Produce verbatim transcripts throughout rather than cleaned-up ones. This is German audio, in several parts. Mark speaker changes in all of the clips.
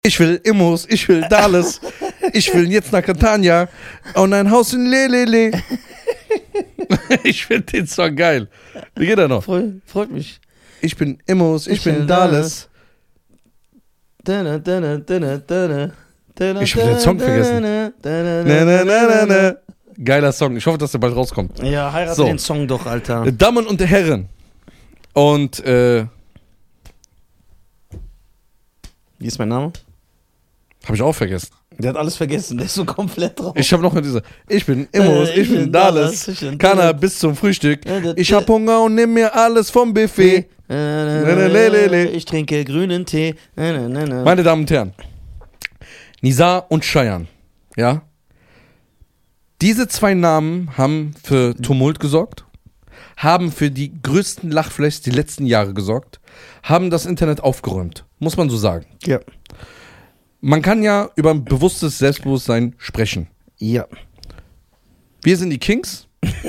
Speaker 1: Ich will Immos, ich will Dallas, ich will jetzt nach Catania und ein Haus in Lelele. Ich finde den Song geil. Wie geht er noch?
Speaker 2: Freu, freut mich.
Speaker 1: Ich bin Immos, ich, ich bin Dallas. Ich hab den Song vergessen. Na, na, na, na, na. Geiler Song. Ich hoffe, dass der bald rauskommt.
Speaker 2: Ja, heirate
Speaker 1: so.
Speaker 2: den Song doch, Alter.
Speaker 1: Damen und Herren. Und, äh...
Speaker 2: Wie ist mein Name?
Speaker 1: Hab ich auch vergessen.
Speaker 2: Der hat alles vergessen, der ist so komplett drauf.
Speaker 1: Ich hab noch mal diese. Ich bin Immos, äh, ich, ich bin, bin Dallas. Keiner bis zum Frühstück. Ich hab Hunger und nimm mir alles vom Buffet.
Speaker 2: Ich trinke grünen Tee.
Speaker 1: Meine Damen und Herren. Nizar und Cheyenne. Ja? Diese zwei Namen haben für Tumult gesorgt. Haben für die größten Lachfläche die letzten Jahre gesorgt. Haben das Internet aufgeräumt. Muss man so sagen.
Speaker 2: Ja.
Speaker 1: Man kann ja über ein bewusstes Selbstbewusstsein sprechen.
Speaker 2: Ja.
Speaker 1: Wir sind die Kings.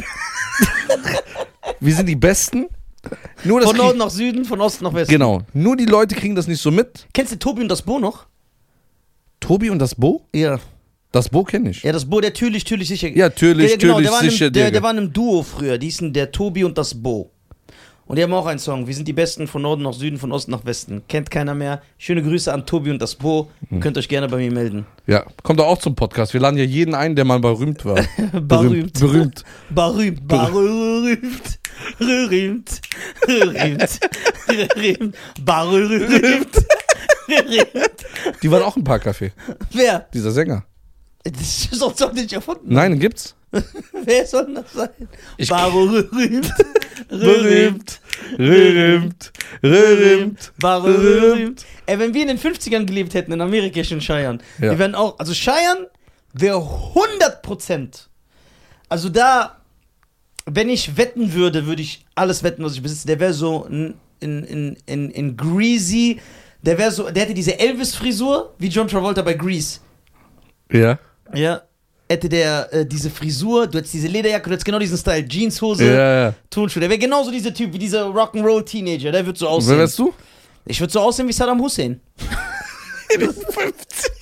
Speaker 1: Wir sind die Besten. Nur das
Speaker 2: von Norden nach Süden, von Osten nach Westen.
Speaker 1: Genau. Nur die Leute kriegen das nicht so mit.
Speaker 2: Kennst du Tobi und das Bo noch?
Speaker 1: Tobi und das Bo?
Speaker 2: Ja.
Speaker 1: Das Bo kenne ich.
Speaker 2: Ja, das Bo, der Türlich, Türlich, Sicher.
Speaker 1: Ja, Türlich,
Speaker 2: ja, genau,
Speaker 1: Türlich,
Speaker 2: der
Speaker 1: Sicher.
Speaker 2: Einem, der, der war in einem Duo früher. Die hießen der Tobi und das Bo. Und die haben auch einen Song. Wir sind die Besten von Norden nach Süden, von Osten nach Westen. Kennt keiner mehr. Schöne Grüße an Tobi und das Bo. Hm. Könnt euch gerne bei mir melden.
Speaker 1: Ja, kommt doch auch zum Podcast. Wir laden ja jeden ein, der mal berühmt war.
Speaker 2: berühmt.
Speaker 1: Berühmt.
Speaker 2: Berühmt. Berühmt. Berühmt. Berühmt. Berühmt. Berühmt.
Speaker 1: Die waren auch im Parkcafé.
Speaker 2: Wer?
Speaker 1: Dieser Sänger.
Speaker 2: Das ist doch so nicht erfunden.
Speaker 1: Nein, gibt's.
Speaker 2: Wer soll das sein?
Speaker 1: Ich
Speaker 2: berühmt.
Speaker 1: Berühmt. Berühmt. Berühmt.
Speaker 2: Berühmt. Ey, wenn wir in den fünfzigern gelebt hätten, in Amerika schon Cheyenne, ja. Wir wären auch, also Cheyenne wäre hundert Prozent. Also da, wenn ich wetten würde, würde ich alles wetten, was ich besitze. Der wäre so in, in, in, in, in Greasy, der wäre so, der hätte diese Elvis-Frisur, wie John Travolta bei Grease.
Speaker 1: Ja.
Speaker 2: Ja. Hätte der äh, diese Frisur, du hättest diese Lederjacke, du hättest genau diesen Style, Jeanshose,
Speaker 1: ja, ja.
Speaker 2: Turnschuhe. Der wäre genauso dieser Typ wie dieser Rock'n'Roll-Teenager, der wird so aussehen.
Speaker 1: Wer wärst du?
Speaker 2: Ich würde so aussehen wie Saddam Hussein.
Speaker 1: In den fünfzigern.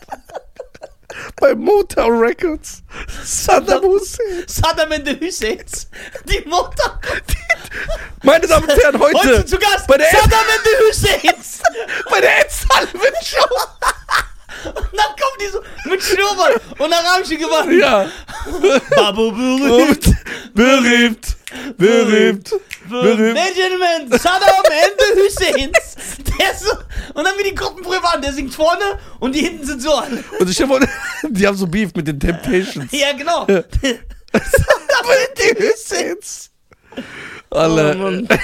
Speaker 1: Bei Motown Records. Saddam Hussein.
Speaker 2: Saddam and the Husseins. Die Motown.
Speaker 1: Meine Damen und Herren, heute,
Speaker 2: heute zu Gast
Speaker 1: bei der
Speaker 2: Saddam and the Husseins.
Speaker 1: Bei der Ed Sullivan Show.
Speaker 2: Und dann kommen die so mit Schnurrbart und arabische Gewand.
Speaker 1: Ja.
Speaker 2: Babu berühmt.
Speaker 1: Berühmt. Berühmt. Berühmt.
Speaker 2: Benjamin, Saddam and the Husseins. Der ist so, und dann wie die Gruppenprüfer an, der singt vorne und die hinten sind so alle.
Speaker 1: Und ich hab, die haben so Beef mit den Temptations.
Speaker 2: Ja, genau.
Speaker 1: Ja. Saddam and the Husseins. Alle. Oh,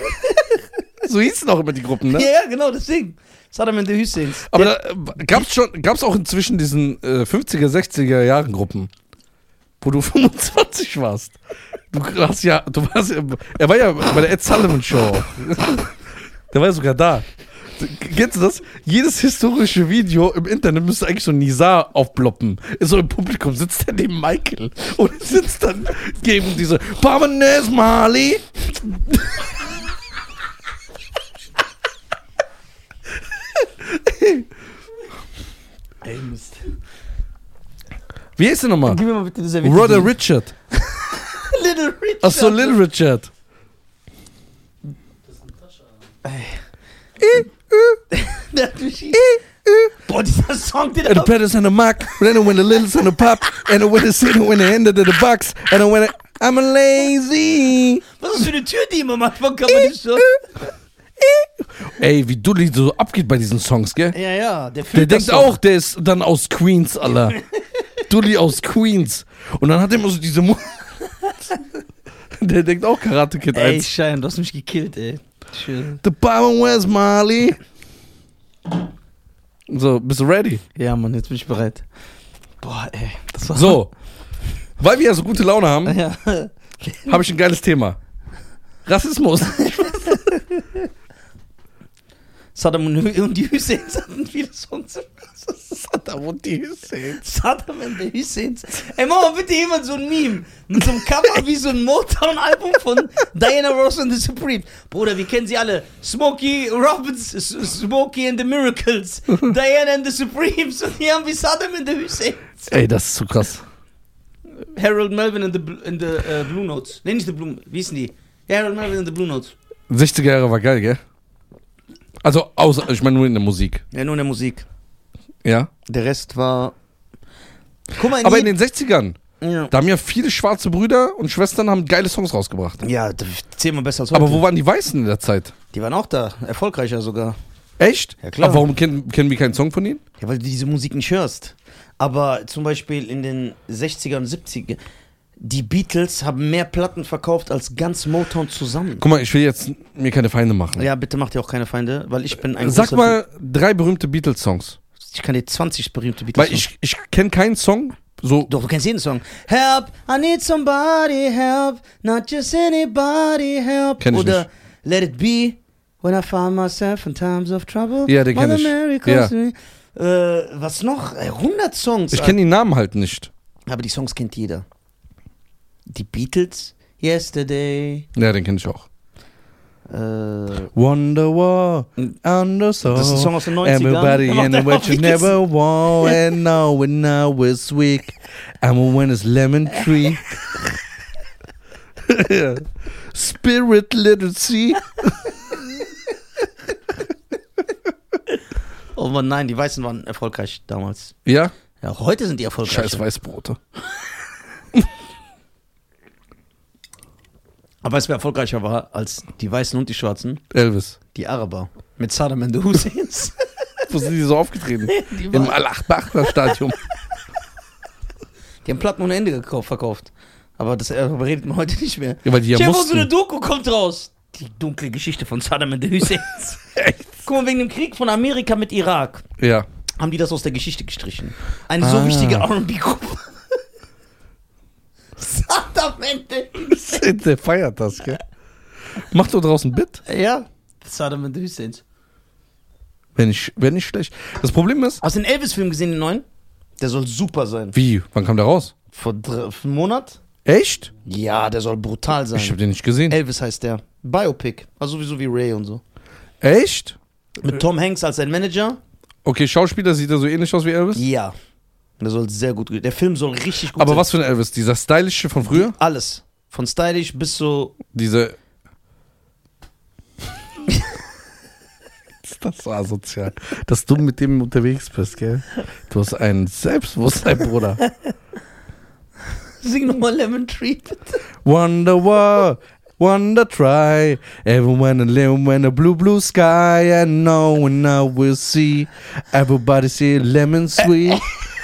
Speaker 1: so hießen auch immer die Gruppen, ne?
Speaker 2: Ja, ja, genau, deswegen. Saddam and the Husseins.
Speaker 1: Aber da gab's schon, gab's auch inzwischen diesen äh, fünfziger, sechziger Jahren Gruppen, wo du fünfundzwanzig warst. Du hast ja, du warst ja, er war ja bei der Ed Sullivan Show. Der war ja sogar da. Kennst du das? Jedes historische Video im Internet müsste eigentlich so Nizar aufploppen. So im Publikum sitzt er neben Michael und sitzt dann gegen diese Parmenes Mali.
Speaker 2: Ey, Mist.
Speaker 1: Wie heißt der nochmal?
Speaker 2: Gib mir mal bitte diese
Speaker 1: Rodder Richard.
Speaker 2: Little Richard.
Speaker 1: Achso, Little Richard.
Speaker 2: Das ist eine Tasche. Ey. Der hat mich. Boah, dieser Song, den
Speaker 1: And the pedals and the mock, then when the littles and the pop, and when the sitting when the end of the box, and when I'm a lazy.
Speaker 2: Was ist das für eine Tür, die immer manchmal kann man nicht so.
Speaker 1: Ey, wie Dulli so abgeht bei diesen Songs, gell?
Speaker 2: Ja, ja, der
Speaker 1: Der denkt auch, der ist dann aus Queens, Alter. Dulli aus Queens. Und dann hat er immer so diese Mu Der denkt auch Karate Kid
Speaker 2: ey,
Speaker 1: eins.
Speaker 2: Ey, Schein, du hast mich gekillt, ey. Schön.
Speaker 1: The Power Where's Marley? So, bist du ready?
Speaker 2: Ja, Mann, jetzt bin ich bereit. Boah, ey. Das war
Speaker 1: so, weil wir ja so gute Laune haben,
Speaker 2: ja.
Speaker 1: habe ich ein geiles Thema. Rassismus.
Speaker 2: Saddam und die Husseins hatten viele Songs.
Speaker 1: Saddam Saddam und die Husseins.
Speaker 2: Saddam and the Husseins. Ey, mach mal bitte jemand so ein Meme. Mit so einem Cover wie so ein Motown-Album von Diana Ross and the Supremes. Bruder, wir kennen sie alle. Smokey Robbins, Smokey and the Miracles, Diana and the Supremes. Und hier haben wir Saddam and the Husseins.
Speaker 1: Ey, das ist zu krass.
Speaker 2: Harold Melvin and the, in the uh, Blue Notes. Nee, nicht the Blue, wie hießen die? Harold Melvin and the Blue Notes.
Speaker 1: sechziger Jahre war geil, gell? Also, außer, ich meine nur in der Musik.
Speaker 2: Ja, nur in der Musik.
Speaker 1: Ja?
Speaker 2: Der Rest war... Guck mal, in
Speaker 1: Aber in den sechzigern,
Speaker 2: ja.
Speaker 1: da haben ja viele schwarze Brüder und Schwestern haben geile Songs rausgebracht.
Speaker 2: Ja, zehnmal besser als heute.
Speaker 1: Aber wo waren die Weißen in der Zeit?
Speaker 2: Die waren auch da, erfolgreicher sogar.
Speaker 1: Echt?
Speaker 2: Ja, klar.
Speaker 1: Aber warum kennen, kennen wir keinen Song von ihnen?
Speaker 2: Ja, weil du diese Musik nicht hörst. Aber zum Beispiel in den sechziger und siebziger, die Beatles haben mehr Platten verkauft als ganz Motown zusammen.
Speaker 1: Guck mal, ich will jetzt mir keine Feinde machen.
Speaker 2: Ja, bitte mach dir auch keine Feinde, weil ich bin ein
Speaker 1: Sag
Speaker 2: großer
Speaker 1: mal drei berühmte Beatles-Songs.
Speaker 2: Ich kann dir zwanzig berühmte Beatles
Speaker 1: Weil ich, ich kenne keinen Song, so...
Speaker 2: Doch, du kennst jeden Song. Help, I need somebody help, not just anybody help.
Speaker 1: Kenn ich
Speaker 2: Oder
Speaker 1: nicht.
Speaker 2: Let it be, when I find myself in times of trouble.
Speaker 1: Ja, den kenn
Speaker 2: Mother
Speaker 1: ich.
Speaker 2: Mary comes
Speaker 1: Ja.
Speaker 2: to me. Äh, was noch? Äh, hundert Songs.
Speaker 1: Ich kenne die Namen halt nicht.
Speaker 2: Aber die Songs kennt jeder. Die Beatles, Yesterday.
Speaker 1: Ja, den kenne ich auch.
Speaker 2: Äh,
Speaker 1: Wonderwall, Undersoul.
Speaker 2: Das ist ein Song aus den neunzigern.
Speaker 1: Everybody
Speaker 2: Der macht
Speaker 1: in the
Speaker 2: einfach
Speaker 1: what you
Speaker 2: wie
Speaker 1: never want and now and now it's weak. I'm when it's lemon tree. Spirit little sea.
Speaker 2: oh Mann, nein, die Weißen waren erfolgreich damals.
Speaker 1: Ja?
Speaker 2: Ja, auch heute sind die erfolgreich.
Speaker 1: Scheiß Weißbrote.
Speaker 2: Aber es wer erfolgreicher war als die Weißen und die Schwarzen,
Speaker 1: Elvis.
Speaker 2: die Araber. Mit Saddam and the Husseins.
Speaker 1: Wo sind die so aufgetreten?
Speaker 2: Die,
Speaker 1: Im
Speaker 2: waren,
Speaker 1: Al-Achbar-Stadion.
Speaker 2: die haben Platten ohne Ende gekauft, verkauft. Aber das äh, redet man heute nicht mehr.
Speaker 1: Ja, weil die ja
Speaker 2: Stell dir vor, so eine
Speaker 1: mussten.
Speaker 2: Doku kommt raus. Die dunkle Geschichte von Saddam and the Husseins. Guck mal, wegen dem Krieg von Amerika mit Irak
Speaker 1: Ja.
Speaker 2: haben die das aus der Geschichte gestrichen. Eine so
Speaker 1: Ah.
Speaker 2: wichtige R und B-Gruppe. Saddam and the Husseins.
Speaker 1: Der feiert das, gell? Macht doch draußen ein Bit.
Speaker 2: Ja, Saddam and the Husseins.
Speaker 1: Wenn nicht, wenn nicht schlecht. Das Problem ist.
Speaker 2: Hast du den Elvis-Film gesehen, den neuen? Der soll super sein.
Speaker 1: Wie? Wann kam der raus?
Speaker 2: Vor drei, vor einem Monat?
Speaker 1: Echt?
Speaker 2: Ja, der soll brutal sein.
Speaker 1: Ich hab den nicht gesehen.
Speaker 2: Elvis heißt der. Biopic. Also sowieso wie Ray und so.
Speaker 1: Echt?
Speaker 2: Mit Tom Hanks als sein Manager.
Speaker 1: Okay, Schauspieler sieht er so ähnlich aus wie Elvis?
Speaker 2: Ja. Der soll sehr gut. Der Film soll richtig gut
Speaker 1: Aber
Speaker 2: sein.
Speaker 1: was für ein Elvis? Dieser stylische von früher?
Speaker 2: Alles. Von stylisch bis so.
Speaker 1: Diese. Das war asozial. Dass du mit dem unterwegs bist, gell? Du hast ein Selbstbewusstsein, Bruder.
Speaker 2: Sing nochmal Lemon Tree, bitte.
Speaker 1: Wonderwall, wonder try. Everyone live in a blue, blue sky. And no one now will see. Everybody see lemon sweet.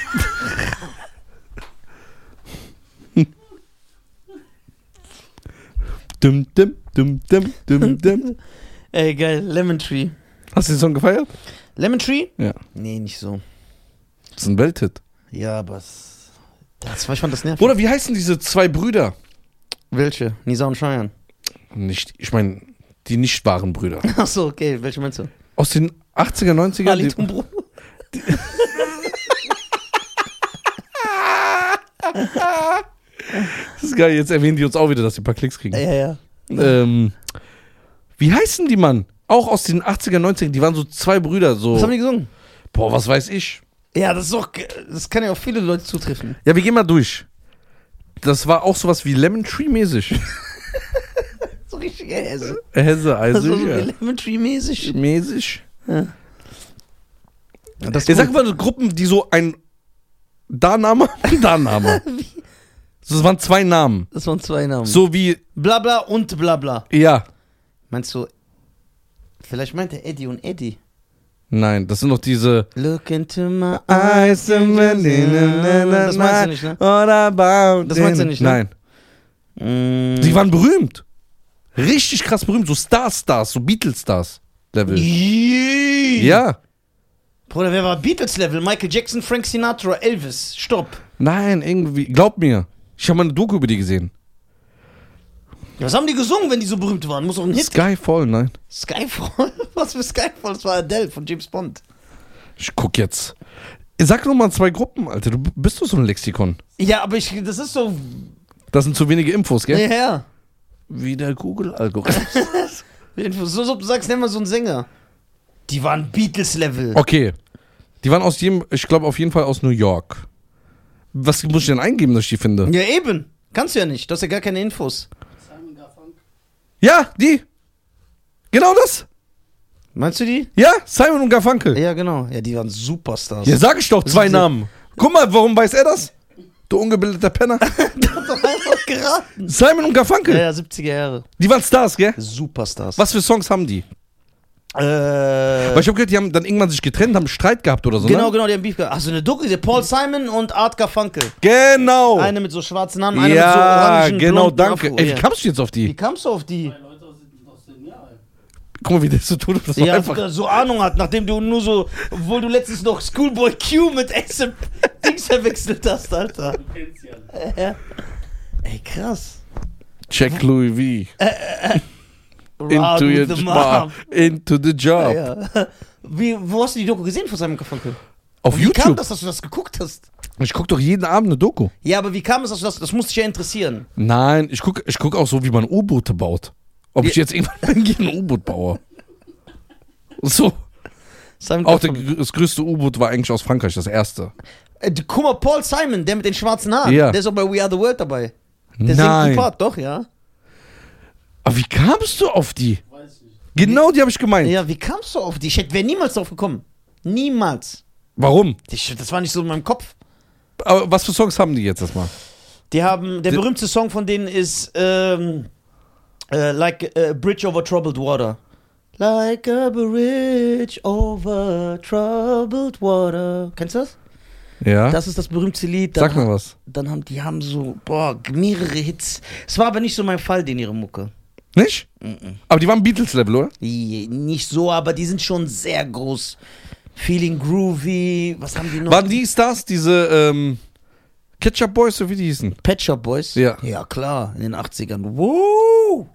Speaker 1: dum, dum, dum, dum, dum, dum.
Speaker 2: Ey, geil. Lemon Tree.
Speaker 1: Hast du den Song gefeiert?
Speaker 2: Lemon Tree?
Speaker 1: Ja.
Speaker 2: Nee, nicht so.
Speaker 1: Das ist ein Welthit.
Speaker 2: Ja, aber es. Das, ich fand das nervig.
Speaker 1: Oder wie heißen diese zwei Brüder?
Speaker 2: Welche? Nisa und Cheyenne.
Speaker 1: Nicht, ich meine, die nicht wahren Brüder.
Speaker 2: Achso, okay. Welche meinst du?
Speaker 1: Aus den achtziger, neunziger.
Speaker 2: Ali
Speaker 1: Die,
Speaker 2: und Bro.
Speaker 1: das ist geil, jetzt erwähnen die uns auch wieder, dass die ein paar Klicks kriegen.
Speaker 2: Ja, ja.
Speaker 1: Ähm, wie heißen die, Mann? Auch aus den achtziger, neunziger, die waren so zwei Brüder, so.
Speaker 2: Was haben die gesungen?
Speaker 1: Boah, was weiß ich.
Speaker 2: Ja, das ist doch. Das kann ja auf viele Leute zutreffen.
Speaker 1: Ja, wir gehen mal durch. Das war auch sowas wie Lemon Tree mäßig.
Speaker 2: So richtig Hesse.
Speaker 1: Hesse,
Speaker 2: Das
Speaker 1: also
Speaker 2: war so
Speaker 1: ja.
Speaker 2: Lemon Tree mäßig.
Speaker 1: Mäßig.
Speaker 2: Ja. Das
Speaker 1: Ich sag mal, so Gruppen, die so ein Da-Name und Da-Name. So, das waren zwei Namen.
Speaker 2: Das waren zwei Namen.
Speaker 1: So wie,
Speaker 2: Blabla und Blabla.
Speaker 1: ja.
Speaker 2: Meinst du, vielleicht meint er Eddie und Eddie?
Speaker 1: Nein, das sind doch diese.
Speaker 2: Look into my
Speaker 1: Eyes
Speaker 2: eyes. Das meinst du nicht, ne? Das meinst du nicht, ne?
Speaker 1: Nein.
Speaker 2: Mm.
Speaker 1: Die waren berühmt. Richtig krass berühmt. So Star-Stars, so Beatles-Stars-Level. Ja.
Speaker 2: Bruder, wer war Beatles-Level? Michael Jackson, Frank Sinatra, Elvis. Stopp.
Speaker 1: Nein, irgendwie. Glaub mir. Ich habe mal eine Doku über die gesehen.
Speaker 2: Ja, was haben die gesungen, wenn die so berühmt waren? Muss doch ein Hit.
Speaker 1: Skyfall, nein.
Speaker 2: Skyfall? Was für Skyfall? Das war Adele von James Bond.
Speaker 1: Ich guck jetzt. Sag nur mal zwei Gruppen, Alter. Du bist doch so ein Lexikon.
Speaker 2: Ja, aber ich, das ist so.
Speaker 1: Das sind zu wenige Infos, gell?
Speaker 2: Ja, ja.
Speaker 1: Wie der Google-Algorithmus.
Speaker 2: So, so, du sagst, nenn mal so einen Sänger. Die waren Beatles-Level.
Speaker 1: Okay. Die waren aus jedem, ich glaube auf jeden Fall aus New York. Was muss ich denn eingeben, dass ich die finde?
Speaker 2: Ja, eben. Kannst du ja nicht. Du hast ja gar keine Infos.
Speaker 3: Simon Garfunkel.
Speaker 1: Ja, die. Genau das.
Speaker 2: Meinst du die?
Speaker 1: Ja, Simon und Garfunkel.
Speaker 2: Ja, genau. Ja, die waren Superstars.
Speaker 1: Ja, sag ich doch, zwei
Speaker 2: sind-
Speaker 1: Namen. Guck mal, warum weiß er das? Du ungebildeter Penner.
Speaker 2: Das hat doch einfach geraten.
Speaker 1: Simon und Garfunkel.
Speaker 2: Ja, ja, siebziger Jahre.
Speaker 1: Die waren Stars, gell?
Speaker 2: Superstars.
Speaker 1: Was für Songs haben die?
Speaker 2: Äh,
Speaker 1: Weil ich hab gehört, die haben dann irgendwann sich getrennt, haben Streit gehabt oder so,
Speaker 2: genau,
Speaker 1: ne?
Speaker 2: genau, die haben Beef gehabt. Ach, so eine Doku, die Paul Simon und Art Garfunkel.
Speaker 1: Genau.
Speaker 2: Eine mit so schwarzen Haaren, eine
Speaker 1: ja,
Speaker 2: mit so orangen,
Speaker 1: genau,
Speaker 2: blonden
Speaker 1: danke.
Speaker 2: Afro.
Speaker 1: Ey, wie
Speaker 2: ja.
Speaker 1: kamst du jetzt auf
Speaker 2: Wie
Speaker 1: die?
Speaker 2: kamst du auf die?
Speaker 3: Zwei Leute aus, aus dem Jahr.
Speaker 1: Guck mal, wie der so tut. Das war
Speaker 2: Ja,
Speaker 1: einfach.
Speaker 2: so Ahnung hat, nachdem du nur so, obwohl du letztens noch Schoolboy Q mit A S A P Dings verwechselt hast, Alter.
Speaker 3: Du kennst sie alle.
Speaker 2: Ja. Ey, krass.
Speaker 1: Check Louis V.
Speaker 2: Ride
Speaker 1: Into
Speaker 2: with
Speaker 1: your
Speaker 2: the
Speaker 1: job. Into the job.
Speaker 2: Ja. Wie, wo hast du die Doku gesehen von Simon Garfunkel?
Speaker 1: Auf
Speaker 2: Und wie kam
Speaker 1: YouTube.
Speaker 2: das, dass du das geguckt hast?
Speaker 1: Ich guck doch jeden Abend eine Doku.
Speaker 2: Ja, aber wie kam es, dass du das, das muss dich ja interessieren.
Speaker 1: Nein, ich guck, ich guck auch so, wie man U-Boote baut. Ob ich jetzt irgendwann ein U-Boot baue. So.
Speaker 2: Simon
Speaker 1: Auch der,
Speaker 2: Garfunkel.
Speaker 1: das größte U-Boot war eigentlich aus Frankreich, das erste.
Speaker 2: Äh, du- guck mal, Paul Simon, der mit den schwarzen Haaren,
Speaker 1: Ja.
Speaker 2: der ist auch bei We Are the World dabei. Der singt
Speaker 1: Nein.
Speaker 2: einen Part, doch, ja.
Speaker 1: Aber wie kamst du auf die?
Speaker 3: Weiß ich.
Speaker 1: Genau die habe ich gemeint.
Speaker 2: Ja, wie kamst du auf die? Ich wäre niemals drauf gekommen. Niemals.
Speaker 1: Warum?
Speaker 2: Ich, das war nicht so in meinem Kopf.
Speaker 1: Aber was für Songs haben die jetzt erstmal?
Speaker 2: Die haben, der
Speaker 1: Die-
Speaker 2: berühmteste Song von denen ist ähm, äh, Like a Bridge Over Troubled Water. Like a bridge over troubled water. Kennst du das?
Speaker 1: Ja.
Speaker 2: Das ist das berühmteste Lied.
Speaker 1: Sag
Speaker 2: Dann,
Speaker 1: mal was.
Speaker 2: dann haben die haben so, boah, mehrere Hits. Es war aber nicht so mein Fall, den ihre Mucke.
Speaker 1: Nicht? Aber die waren Beatles-Level, oder?
Speaker 2: Die, nicht so, aber die sind schon sehr groß. Feeling groovy. Was haben die noch?
Speaker 1: Waren die Stars, diese ähm, Ketchup Boys, so wie die hießen?
Speaker 2: Pet Shop Boys?
Speaker 1: Ja.
Speaker 2: Ja, klar, in den achtzigern. Woo!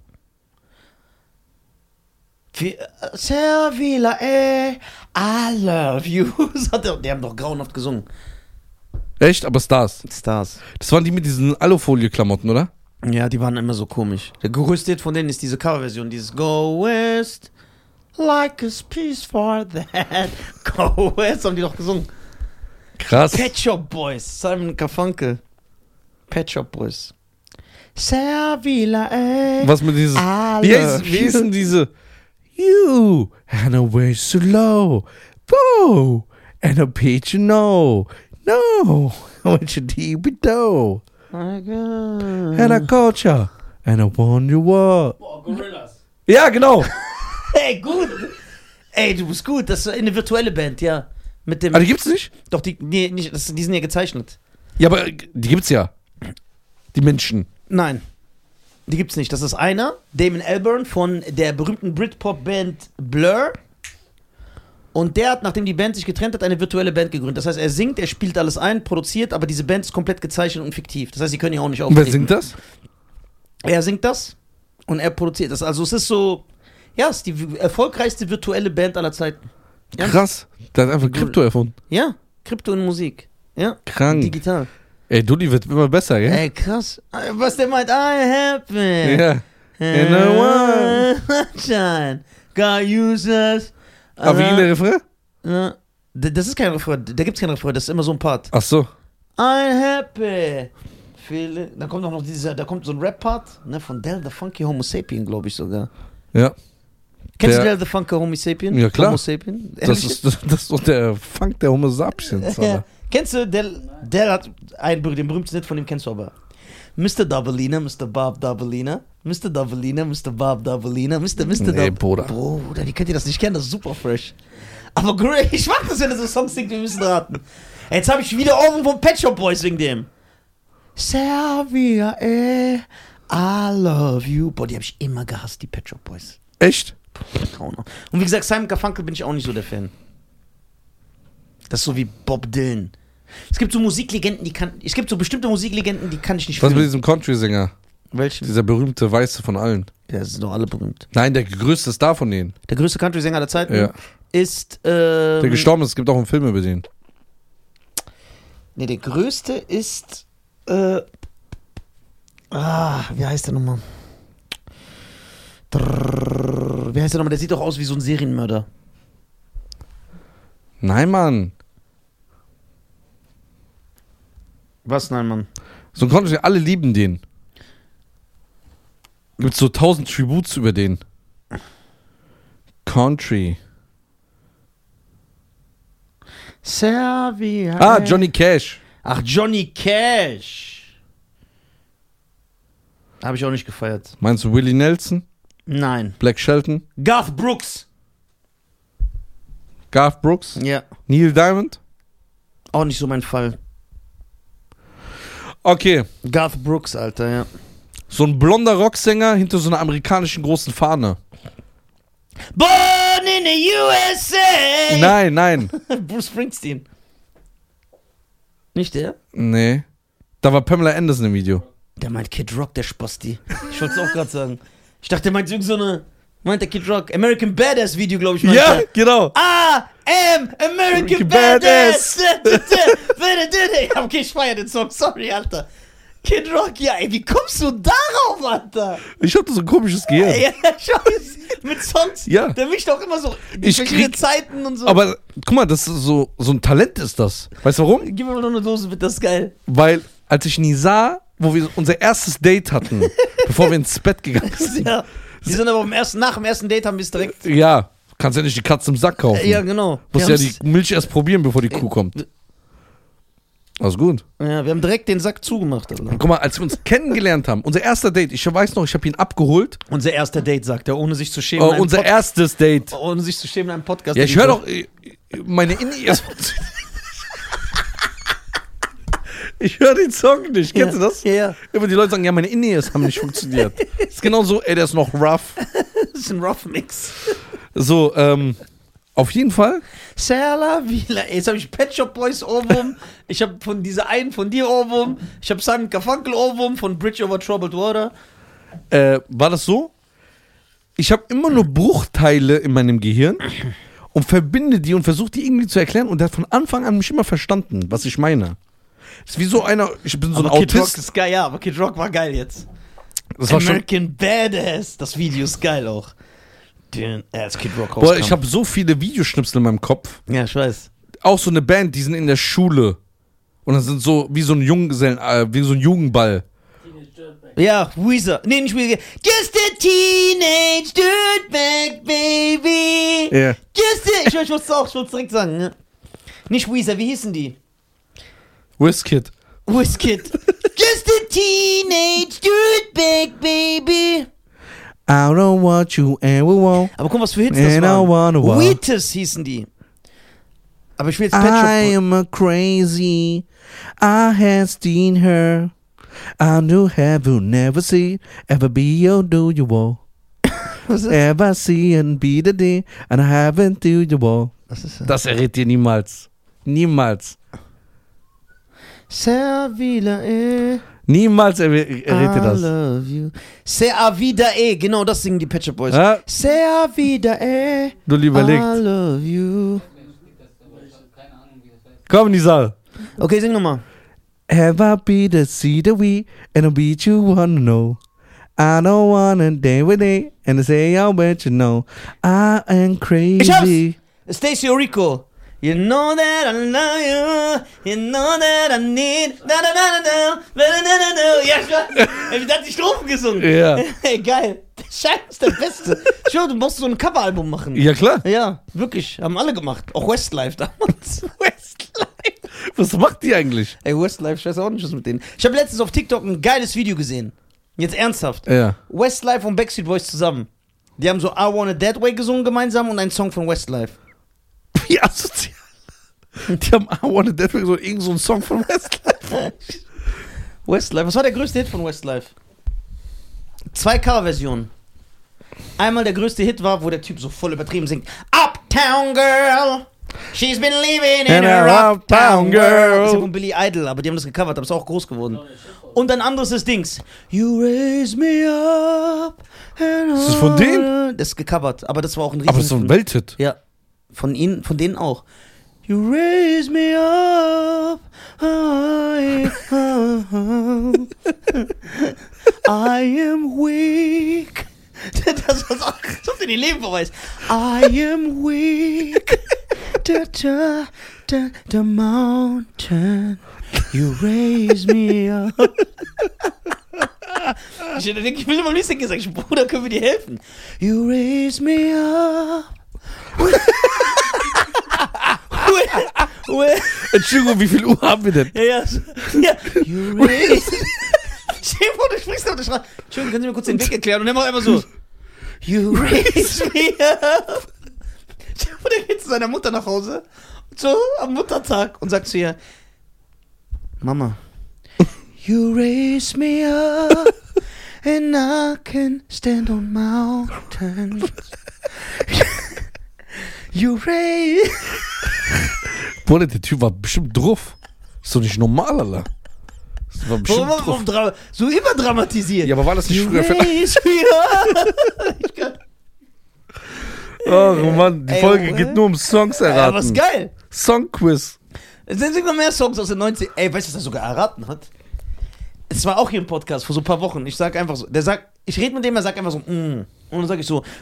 Speaker 2: Wie- äh, Servila, eh, I love you. Das hat er- Die haben doch grauenhaft gesungen.
Speaker 1: Echt? Aber Stars.
Speaker 2: Stars.
Speaker 1: Das waren die mit diesen Alufolie-Klamotten, oder?
Speaker 2: Ja, die waren immer so komisch. Der größte Hit von denen ist diese Coverversion, dieses Go West, like a piece for that. Go West, haben die doch gesungen.
Speaker 1: Krass.
Speaker 2: Pet Shop Boys, Simon Garfunkel. Pet Shop Boys. Servila, eh.
Speaker 1: Was mit dieses.
Speaker 2: I
Speaker 1: Wie,
Speaker 2: love
Speaker 1: heißt, wie
Speaker 2: you.
Speaker 1: ist denn diese? You and a way so low. Whoa. And a page you know. No. What you deep with dough.
Speaker 2: My God.
Speaker 1: And a culture. And I want you what.
Speaker 3: Boah, Gorillas.
Speaker 1: Ja, genau.
Speaker 2: Hey, gut. Ey, du bist gut. Das ist eine virtuelle Band, ja. Mit dem.
Speaker 1: Aber die gibt's nicht?
Speaker 2: Doch, die, nee, nicht, das, die sind ja gezeichnet.
Speaker 1: Ja, aber die gibt's ja. Die Menschen.
Speaker 2: Nein. Die gibt's nicht. Das ist einer, Damon Albarn von der berühmten Britpop-Band Blur. Und der hat, nachdem die Band sich getrennt hat, eine virtuelle Band gegründet. Das heißt, er singt, er spielt alles ein, produziert, aber diese Band ist komplett gezeichnet und fiktiv. Das heißt, sie können ja auch nicht
Speaker 1: Und
Speaker 2: auftreten.
Speaker 1: wer singt das?
Speaker 2: Er singt das und er produziert das. Also es ist so, ja, es ist die w- erfolgreichste virtuelle Band aller Zeiten. Ja.
Speaker 1: Krass. Der hat einfach Krypto erfunden.
Speaker 2: Ja, Krypto und Musik. Ja,
Speaker 1: Krank.
Speaker 2: digital.
Speaker 1: Ey, Dulli wird immer besser, gell?
Speaker 2: Ey, krass. Was der meint, I happy.
Speaker 1: Ja. In a world.
Speaker 2: Sunshine. God uses.
Speaker 1: Aber wie in der Refrain?
Speaker 2: Ja. D- Das ist kein Refrain, da gibt's kein Refrain, das ist immer so ein Part.
Speaker 1: Ach so.
Speaker 2: I'm happy. Feel- Da kommt auch noch dieser, da kommt so ein Rap-Part, ne, von Del the Funky Homo Sapien, glaube ich sogar.
Speaker 1: Ja.
Speaker 2: Kennst
Speaker 1: Der-
Speaker 2: du Del the Funky Homo Sapien?
Speaker 1: Ja, klar.
Speaker 2: Homo Sapien?
Speaker 1: Das
Speaker 2: Ehrlich?
Speaker 1: ist, das, das ist doch der Funk der Homo sapiens,
Speaker 2: Ja.
Speaker 1: Alter.
Speaker 2: Kennst du, Del, Del hat einen, den berühmtesten Hit von ihm kennst du aber. Mister Doubleina, Mister Bob Doubleina, Mister Doubleina, Mister Bob Doubleina, Mister Mister
Speaker 1: Nee,
Speaker 2: Doub-
Speaker 1: Bruder.
Speaker 2: Bruder, wie könnt ihr das nicht kennen? Das ist super fresh. Aber great, ich mag das, wenn er so Songs singt, wir müssen raten. Jetzt habe ich wieder Ohren vom Pet Shop Boys wegen dem. Servia, eh, I love you. Boah, die habe ich immer gehasst, die Pet Shop Boys.
Speaker 1: Echt?
Speaker 2: Und wie gesagt, Simon Garfunkel bin ich auch nicht so der Fan. Das ist so wie Bob Dylan. Es gibt so Musiklegenden, die kann. Es gibt so bestimmte Musiklegenden, die kann ich nicht
Speaker 1: Was mit
Speaker 2: fühlen.
Speaker 1: diesem Country-Sänger?
Speaker 2: Welchen?
Speaker 1: Dieser berühmte Weiße von allen.
Speaker 2: Ja, das sind doch alle berühmt.
Speaker 1: Nein, der größte Star von denen.
Speaker 2: Der größte Country-Sänger der Zeiten
Speaker 1: Ja.
Speaker 2: ist. Ähm,
Speaker 1: Der gestorben ist, es gibt auch einen Film über den.
Speaker 2: Ne, der größte ist. Äh, ah, wie heißt der nochmal? Drrr, wie heißt der nochmal? Der sieht doch aus wie so ein Serienmörder.
Speaker 1: Nein, Mann.
Speaker 2: Was, nein, Mann?
Speaker 1: So ein Country, alle lieben den. Gibt's so tausend Tributes über den. Country.
Speaker 2: Servia.
Speaker 1: Ah, Johnny Cash.
Speaker 2: Ach, Johnny Cash. Habe ich auch nicht gefeiert.
Speaker 1: Meinst du Willie Nelson?
Speaker 2: Nein.
Speaker 1: Black Shelton?
Speaker 2: Garth Brooks.
Speaker 1: Garth Brooks?
Speaker 2: Ja.
Speaker 1: Neil Diamond?
Speaker 2: Auch nicht so mein Fall.
Speaker 1: Okay.
Speaker 2: Garth Brooks, Alter, ja.
Speaker 1: So ein blonder Rocksänger hinter so einer amerikanischen großen Fahne.
Speaker 2: Born in the U S A!
Speaker 1: Nein, nein.
Speaker 2: Bruce Springsteen. Nicht der?
Speaker 1: Nee. Da war Pamela Anderson im Video.
Speaker 2: Der meint Kid Rock, der Sposti. Ich wollte es auch gerade sagen. Ich dachte, der meint irgend so eine... Meint der Kid Rock? American Badass Video, glaube ich.
Speaker 1: Ja,
Speaker 2: der.
Speaker 1: genau.
Speaker 2: I am American
Speaker 1: American
Speaker 2: Badass. Okay, ich feier den Song. Sorry, Alter. Kid Rock, ja, ey, wie kommst du darauf, Alter?
Speaker 1: Ich hatte so ein komisches Gehirn.
Speaker 2: Ja, scheiße. Mit Songs.
Speaker 1: Ja.
Speaker 2: Der mischt auch immer so die
Speaker 1: Ich
Speaker 2: verschiedenen
Speaker 1: krieg-
Speaker 2: Zeiten und so.
Speaker 1: Aber guck mal, das ist so, so ein Talent ist das. Weißt du warum?
Speaker 2: Gib mir mal noch eine Dose mit, das ist geil.
Speaker 1: Weil, als ich Nisa, wo wir unser erstes Date hatten, bevor wir ins Bett gegangen sind.
Speaker 2: Ja. Die sind aber beim ersten, nach dem ersten Date haben wir es direkt.
Speaker 1: Ja, kannst ja nicht die Katze im Sack kaufen.
Speaker 2: Ja, genau.
Speaker 1: Musst
Speaker 2: Wir
Speaker 1: ja die
Speaker 2: haben's-
Speaker 1: Milch erst probieren, bevor die Kuh kommt. Alles gut.
Speaker 2: Ja, wir haben direkt den Sack zugemacht, Alter.
Speaker 1: Guck mal, als wir uns kennengelernt haben, unser erster Date, ich weiß noch, ich habe ihn abgeholt.
Speaker 2: Unser erster Date, sagt er, ohne sich zu schämen. in
Speaker 1: Äh,
Speaker 2: einem
Speaker 1: unser
Speaker 2: Pod-
Speaker 1: erstes Date.
Speaker 2: Ohne sich zu schämen in einem Podcast.
Speaker 1: Ja, ich höre doch, äh, meine In-Ears. Ich höre den Song nicht. Kennst du das?
Speaker 2: Ja, ja.
Speaker 1: Immer die Leute sagen, ja, meine In-Ears haben nicht funktioniert. Das ist genau so, ey, der ist noch rough.
Speaker 2: Das ist ein Rough Mix.
Speaker 1: So, ähm, auf jeden Fall.
Speaker 2: Sella Vila. Jetzt habe ich Pet Shop Boys Ohrwurm. Ich habe von dieser einen von dir Ohrwurm. Ich habe Simon Garfunkel Ohrwurm von Bridge Over Troubled Water.
Speaker 1: Äh, war das so? Ich habe immer nur Bruchteile in meinem Gehirn und verbinde die und versuche die irgendwie zu erklären und der hat von Anfang an mich immer verstanden, was ich meine. Das ist wie so einer, ich bin so
Speaker 2: aber
Speaker 1: ein
Speaker 2: Kid Rock
Speaker 1: Autist.
Speaker 2: ist geil, ja, aber Kid Rock war geil jetzt.
Speaker 1: Das war schon,
Speaker 2: American Badass. Das Video ist geil auch. Den, äh, als Kid Rock
Speaker 1: boah,
Speaker 2: rauskam.
Speaker 1: ich habe so viele Videoschnipsel in meinem Kopf.
Speaker 2: Ja, ich weiß.
Speaker 1: Auch so eine Band, die sind in der Schule und das sind so wie so ein Junggesellen, äh, wie so ein Jugendball.
Speaker 3: Teenage Dirtbag.
Speaker 2: Ja, Weezer. Nee, nicht Weezer. Just a teenage dirtbag, baby.
Speaker 1: Ja.
Speaker 2: Just a... Ich, ich wollte es auch, ich wollte es direkt sagen. Ne? Nicht Weezer, wie hießen die?
Speaker 1: Wizkid.
Speaker 2: Wizkid. Just a teenage dirtbag, baby.
Speaker 1: I don't want you ever want.
Speaker 2: Aber guck, was für Hits das
Speaker 1: And I wanna
Speaker 2: waren.
Speaker 1: walk.
Speaker 2: Wheatus hießen die. Aber ich will jetzt Pet Shop
Speaker 1: I
Speaker 2: Boys.
Speaker 1: am a crazy. I have seen her. I knew have you never see. Ever be or do you all.
Speaker 2: Was ist
Speaker 1: Ever see and be the day. And I haven't do you all.
Speaker 2: das? Ist
Speaker 1: Das errät dir niemals. Niemals.
Speaker 2: Servila, eh.
Speaker 1: Niemals errät errät dir
Speaker 2: I
Speaker 1: das.
Speaker 2: love you. Se a vida, eh. Genau, das singen die Pet Shop Boys.
Speaker 1: Ja,
Speaker 2: Se a vida, eh.
Speaker 1: du
Speaker 2: I
Speaker 1: überlegt.
Speaker 2: love you.
Speaker 3: Keine Ahnung, wie das heißt.
Speaker 1: Komm, Nisa.
Speaker 2: Okay, sing nochmal.
Speaker 1: Ever be the see the we and a beat you wanna know. I don't wanna day with day and I say I'll bet you know. I am
Speaker 2: Ich hab's.
Speaker 1: crazy.
Speaker 2: Stacey Orico. You know that I love you. You know that I need. Da, da, da, da, da, da, da, da, da. Ja, ich weiß. Ey, wie hat die Strophen gesungen?
Speaker 1: Ja.
Speaker 2: Ey, geil. Der Scheiß ist der Beste. Schau, du musst so ein Coveralbum machen.
Speaker 1: Ja, klar.
Speaker 2: Ja, wirklich. Haben alle gemacht. Auch Westlife damals. Westlife.
Speaker 1: Was macht die eigentlich?
Speaker 2: Ey, Westlife, ich weiß auch nicht, was mit denen. Ich habe letztens auf TikTok ein geiles Video gesehen. Jetzt ernsthaft.
Speaker 1: Ja.
Speaker 2: Westlife und Backstreet Boys zusammen. Die haben so I Want It That Way gesungen gemeinsam und einen Song von Westlife.
Speaker 1: Wie asozial. Die haben I Wanna Dead so irgend so einen Song von Westlife.
Speaker 2: Westlife, was war der größte Hit von Westlife? Zwei Coverversionen. Einmal der größte Hit war, wo der Typ so voll übertrieben singt. Uptown Girl, she's been living in
Speaker 1: And
Speaker 2: her
Speaker 1: her
Speaker 2: Uptown
Speaker 1: Uptown
Speaker 2: Girl.
Speaker 1: Girl.
Speaker 2: Das ist ja von Billy Idol, aber die haben das gecovert, aber ist auch groß geworden. Und ein anderes ist Dings. You raise me up.
Speaker 1: Ist das von denen?
Speaker 2: Das ist gecovert, aber das war auch ein riesen
Speaker 1: Aber das ist so ein Welthit.
Speaker 2: Ja, von ihnen, von denen auch. You raise me up. I am weak. Das war so, so für die Leben vorbei ist. I am weak. Da, da, da, the mountain. You raise me up. Ich, ich will immer nicht singen, sag ich, Bruder, können wir dir helfen? You raise me up. well, well.
Speaker 1: Entschuldigung, wie viel Uhr haben wir denn?
Speaker 2: Ja, ja. So, ja. You raise. Stell dir vor, du sprichst auf der Straße. Entschuldigung, können Sie mir kurz den Weg erklären? Und dann mach einfach so. You raise me up. Stell dir vor, der geht zu seiner Mutter nach Hause. So am Muttertag und sagt zu ihr: Mama, you raise me up and I can stand on mountains. You raise.
Speaker 1: Bruder, der Typ war bestimmt drauf. Ist doch nicht normal, Alter. Das war bestimmt
Speaker 2: Warum, warum
Speaker 1: drauf.
Speaker 2: dra- so überdramatisiert?
Speaker 1: Ja, aber war das nicht
Speaker 2: You
Speaker 1: früher
Speaker 2: raise me up. Ich kann-
Speaker 1: Oh Mann, die
Speaker 2: Ey,
Speaker 1: Folge
Speaker 2: oh,
Speaker 1: geht nur um Songs
Speaker 2: Ja,
Speaker 1: erraten.
Speaker 2: was geil.
Speaker 1: Songquiz.
Speaker 2: Es sind noch mehr Songs aus den neunzigern. Ey, weißt du, was er sogar erraten hat? Es war auch hier im Podcast vor so ein paar Wochen. Ich sag einfach so, der sagt, ich rede mit dem, er sagt einfach so, mm. Und dann sag ich so,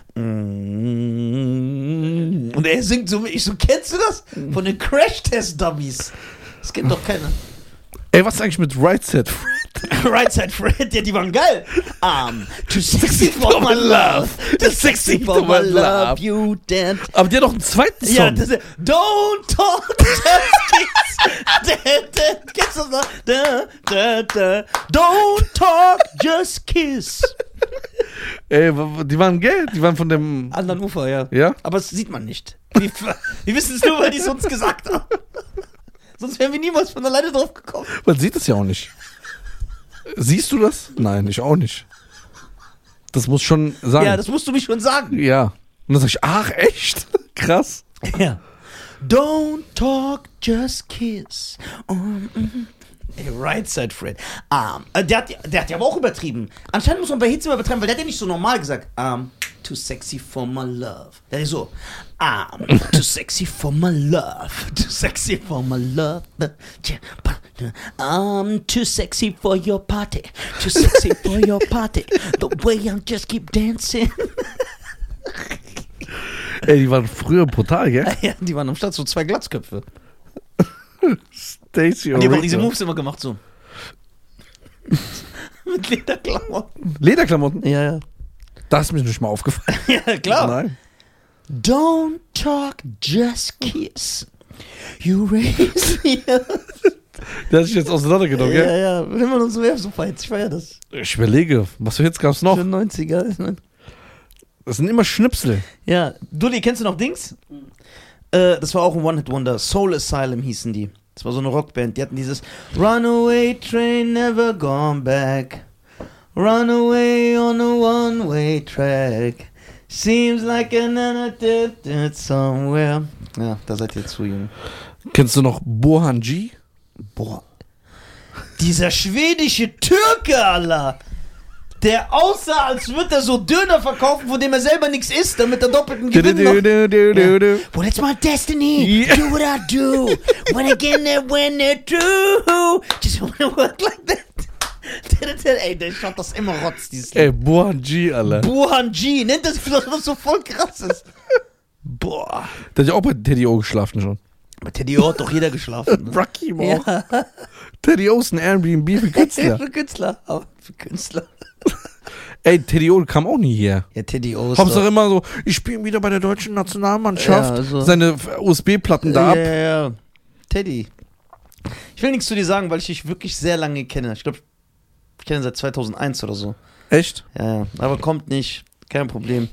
Speaker 2: mm. Und er singt so, ich so, kennst du das? Von den Crash-Test-Dummies. Das kennt doch keiner.
Speaker 1: Ey, was ist eigentlich mit Right Set?
Speaker 2: Right Side Fred, ja, die waren geil. Um, too sexy for my love, too sexy for my love, you dance.
Speaker 1: Aber die hat doch einen zweiten Song.
Speaker 2: Ja, das ist, don't talk, just kiss. Da, da, kennst du das noch? Da, da, da. Don't talk, just kiss.
Speaker 1: Ey, die waren geil, die waren von dem...
Speaker 2: Anderen Ufer, ja.
Speaker 1: Ja?
Speaker 2: Aber das sieht man nicht. Wir, wir wissen es nur, weil die es uns gesagt haben. Sonst wären wir niemals von alleine drauf gekommen.
Speaker 1: Man sieht es ja auch nicht. Siehst du das? Nein, ich auch nicht. Das muss schon sein.
Speaker 2: Ja, das musst du mich schon sagen.
Speaker 1: Ja. Und dann sag ich, ach, echt? Krass.
Speaker 2: Ja. Don't talk, just kiss. Um, mm. Ey, right side Fred. Um, äh, der, hat, der hat ja aber auch übertrieben. Anscheinend muss man bei Hits immer übertreiben, weil der hat ja nicht so normal gesagt. Um, too sexy for my love. Der ist so. Um, too sexy for my love. Too sexy for my love. I'm too sexy for your party. Too sexy for your party. The way I just keep dancing.
Speaker 1: Ey, die waren früher brutal, gell?
Speaker 2: Ja, die waren am Start, so zwei Glatzköpfe.
Speaker 1: Stacy
Speaker 2: Und die haben auch
Speaker 1: Orrico.
Speaker 2: diese Moves immer gemacht, so. Mit Lederklamotten.
Speaker 1: Lederklamotten?
Speaker 2: Ja, ja.
Speaker 1: Das ist mir nicht mal aufgefallen.
Speaker 2: Ja, klar.
Speaker 1: Nein.
Speaker 2: Don't talk, just kiss. You raise me up.
Speaker 1: Der hat sich jetzt auseinandergenommen,
Speaker 2: Ja,
Speaker 1: gell?
Speaker 2: ja. Wenn man uns so werfen, so Fights. Ich feier das.
Speaker 1: Ich überlege, was für Hits gab's noch?
Speaker 2: Für neunziger.
Speaker 1: Das sind immer Schnipsel.
Speaker 2: Ja. Dulli, kennst du noch Dings? Äh, das war auch ein One-Hit-Wonder. Soul Asylum hießen die. Das war so eine Rockband. Die hatten dieses Runaway Train Never Gone Back. Runaway on a one-way track. Seems like another dead somewhere. Ja, da seid ihr zu jung.
Speaker 1: Kennst du noch Bohan G?
Speaker 2: Boah. Dieser schwedische Türke, Allah. Der aussah, als würde er so Döner verkaufen, von dem er selber nichts isst, damit er doppelten Gewinn macht. Well, it's my destiny.
Speaker 1: Yeah.
Speaker 2: Do what I do. When I get there, when they're true. Just wanna work like that. Ey, der schaut das immer rotz, dieses
Speaker 1: Ey, Bohan G, Alter.
Speaker 2: Bohan G, nennt das, was so voll krass ist. Boah.
Speaker 1: Der hat ja auch bei Teddy O geschlafen schon.
Speaker 2: Bei Teddy O hat doch jeder geschlafen. Ne?
Speaker 1: Rakim auch.
Speaker 2: Ja.
Speaker 1: Teddy O ist ein Airbnb für Künstler.
Speaker 2: Für Künstler. Aber für Künstler.
Speaker 1: Ey, Teddy O kam auch nie hier.
Speaker 2: Ja, Teddy O ist
Speaker 1: Hauptsache
Speaker 2: doch-
Speaker 1: immer so, ich spiele wieder bei der deutschen Nationalmannschaft.
Speaker 2: Ja, also-
Speaker 1: Seine U S B-Platten da
Speaker 2: Ja,
Speaker 1: ab.
Speaker 2: ja, ja. Teddy. Ich will nichts zu dir sagen, weil ich dich wirklich sehr lange kenne. Ich glaube, ich kenne ihn seit zweitausendeins oder so.
Speaker 1: Echt?
Speaker 2: Ja, ja. Aber kommt nicht. Kein Problem.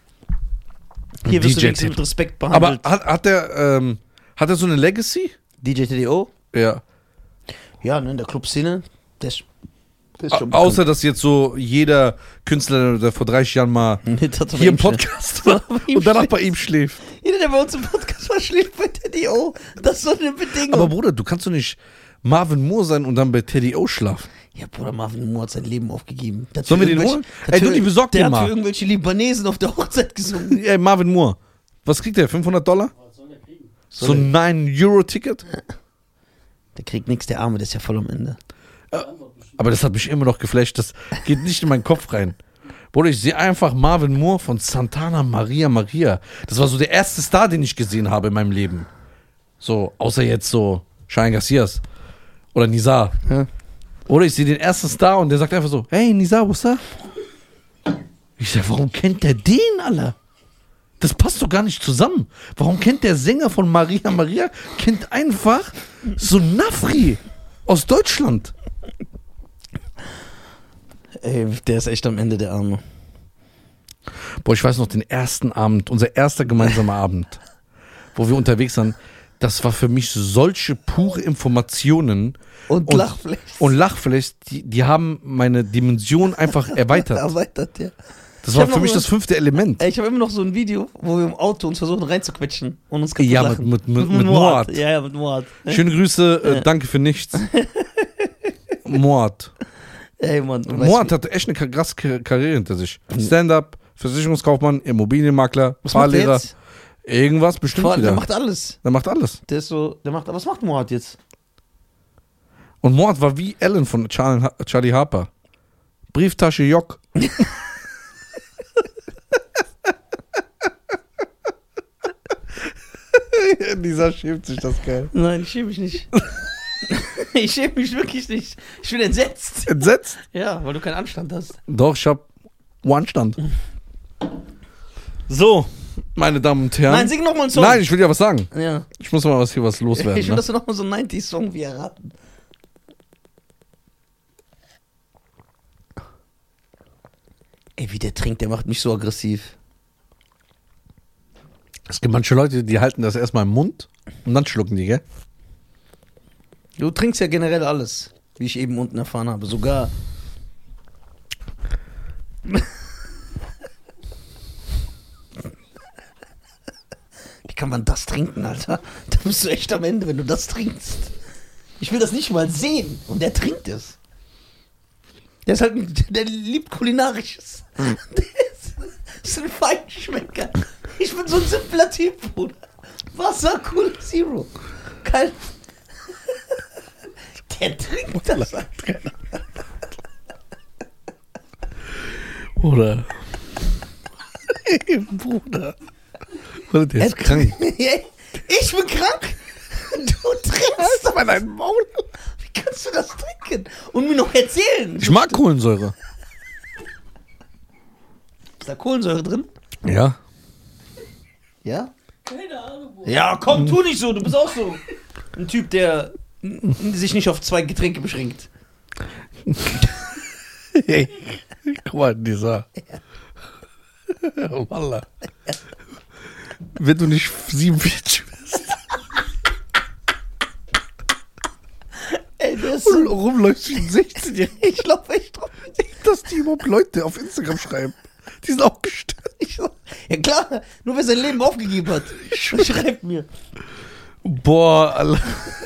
Speaker 2: Hier wirst
Speaker 1: D J
Speaker 2: du wenigstens
Speaker 1: Teddy.
Speaker 2: mit Respekt
Speaker 1: Aber
Speaker 2: behandelt.
Speaker 1: hat, hat der, ähm, hat er so eine Legacy?
Speaker 2: D J Teddy O?
Speaker 1: Ja.
Speaker 2: Ja, ne, in der Clubszene. Der ist, der ist schon
Speaker 1: Au- Außer, dass jetzt so jeder Künstler, der vor dreißig Jahren mal
Speaker 2: bekannt. Das hat
Speaker 1: hier im
Speaker 2: aber ihm
Speaker 1: Podcast war
Speaker 2: Bei ihm
Speaker 1: und danach
Speaker 2: schläft.
Speaker 1: bei ihm schläft.
Speaker 2: schlecht. Jeder, der bei uns im Podcast war, schläft bei Teddy O. Das ist so eine Bedingung.
Speaker 1: Aber Bruder, du kannst doch nicht Marvin Moore sein und dann bei Teddy O schlafen.
Speaker 2: ja, Bruder, Marvin Moore hat sein Leben aufgegeben. Der hat
Speaker 1: Sollen
Speaker 2: für
Speaker 1: wir den
Speaker 2: irgendwelche-
Speaker 1: holen?
Speaker 2: hat
Speaker 1: Ey,
Speaker 2: für-
Speaker 1: du, die besorgt
Speaker 2: Der
Speaker 1: den
Speaker 2: hat für
Speaker 1: mal.
Speaker 2: irgendwelche Libanesen auf der Hochzeit gesungen.
Speaker 1: Ey, Marvin Moore. Was kriegt der? fünfhundert Dollar?
Speaker 3: Was soll der kriegen?
Speaker 1: So ein neun Euro Ticket?
Speaker 2: Der kriegt nichts, der Arme, der ist ja voll am Ende.
Speaker 3: Antwort bestimmt.
Speaker 1: Aber das hat mich immer noch geflasht. Das geht nicht in meinen Kopf rein. Bruder, ich sehe einfach Marvin Moore von Santana Maria Maria. Das war so der erste Star, den ich gesehen habe in meinem Leben. So, außer jetzt so Cheyenne Garcias oder Nizar.
Speaker 2: Ja.
Speaker 1: Oder ich sehe den ersten Star und der sagt einfach so, hey Nizar, what's up? Ich sag, warum kennt der den, Alter? Das passt doch gar nicht zusammen. Warum kennt der Sänger von Maria Maria, kennt einfach so Nafri aus Deutschland?
Speaker 2: Ey, der ist echt am Ende, der Arme.
Speaker 1: Boah, ich weiß noch den ersten Abend, unser erster gemeinsamer Abend, wo wir unterwegs waren. Das war für mich solche pure Informationen
Speaker 2: Und,
Speaker 1: und
Speaker 2: Lachfleisch.
Speaker 1: Und Lachfleisch, die, die haben meine Dimension einfach erweitert.
Speaker 2: Erweitert, ja.
Speaker 1: Das
Speaker 2: Ich
Speaker 1: war
Speaker 2: hab
Speaker 1: für
Speaker 2: noch
Speaker 1: mich
Speaker 2: mal-
Speaker 1: das fünfte Element.
Speaker 2: Ey, ich habe immer noch so ein Video, wo wir im Auto uns versuchen reinzuquetschen und uns kaputt
Speaker 1: Ja, mit,
Speaker 2: lachen.
Speaker 1: mit, mit, mit Mord.
Speaker 2: Ja, ja, mit Mord.
Speaker 1: Schöne Grüße, äh,
Speaker 2: Ja.
Speaker 1: danke für nichts. Mord.
Speaker 2: Ey, Mann. weißt
Speaker 1: Mord
Speaker 2: du,
Speaker 1: hatte echt eine ka- krasse Ka- Karriere hinter sich. Stand-up, Versicherungskaufmann, Immobilienmakler,
Speaker 2: was macht der
Speaker 1: Fahrlehrer.
Speaker 2: jetzt?
Speaker 1: Irgendwas bestimmt
Speaker 2: Vor allem,
Speaker 1: wieder.
Speaker 2: der macht alles.
Speaker 1: Der macht alles.
Speaker 2: Der ist so, der macht, was macht Mord jetzt?
Speaker 1: Und Mord war wie Ellen von Charlie, Ha- Charlie Harper. Brieftasche Jock. Dieser schämt sich das geil.
Speaker 2: Nein, ich schäme mich nicht. Ich schäme mich wirklich nicht. Ich bin entsetzt.
Speaker 1: Entsetzt?
Speaker 2: Ja, weil du keinen Anstand hast.
Speaker 1: Doch, ich hab One-Stand. So, meine Damen und Herren.
Speaker 2: Nein, sing nochmal einen Song.
Speaker 1: Nein, ich will ja was sagen.
Speaker 2: Ja.
Speaker 1: Ich muss mal was hier was loswerden.
Speaker 2: Ich will,
Speaker 1: Ne?
Speaker 2: dass du nochmal so einen neunziger-Song wie erraten. Ey, wie der trinkt, der macht mich so aggressiv.
Speaker 1: Es gibt manche Leute, die halten das erstmal im Mund und dann schlucken die, gell?
Speaker 2: Du trinkst ja generell alles, wie ich eben unten erfahren habe. Sogar. Wie kann man das trinken, Alter? Da bist du echt am Ende, wenn du das trinkst. Ich will das nicht mal sehen. Und der trinkt es. Der ist halt, ein- der liebt Kulinarisches. Der ist, ist ein Feinschmecker. Ich bin so ein simpler Typ, Bruder. Wasser, Cola Zero. Kein. Der trinkt das.
Speaker 1: Oder? Bruder. Oder der ist krank.
Speaker 2: Ich bin krank. Du trinkst.
Speaker 1: Aber dein Maul.
Speaker 2: Wie kannst du das trinken? Und mir noch erzählen.
Speaker 1: Ich mag Kohlensäure.
Speaker 2: Ist da Kohlensäure drin?
Speaker 1: Ja.
Speaker 2: Ja?
Speaker 3: Keine Ahnung, wo.
Speaker 2: Ja, komm, tu nicht so. Du bist auch so ein Typ, der n- sich nicht auf zwei Getränke beschränkt.
Speaker 1: Hey, guck mal, dieser. Wallah. Wenn du nicht siebenundvierzig bist
Speaker 2: Ey, der ist
Speaker 1: und
Speaker 2: so.
Speaker 1: rumläufst wie ein sechzehnjähriger,
Speaker 2: Ich glaube echt drauf.
Speaker 1: dass die überhaupt Leute auf Instagram schreiben. Die sind auch gestört.
Speaker 2: Ich so, ja klar, nur wer sein Leben aufgegeben hat. Schreibt mir.
Speaker 1: Boah, Alter.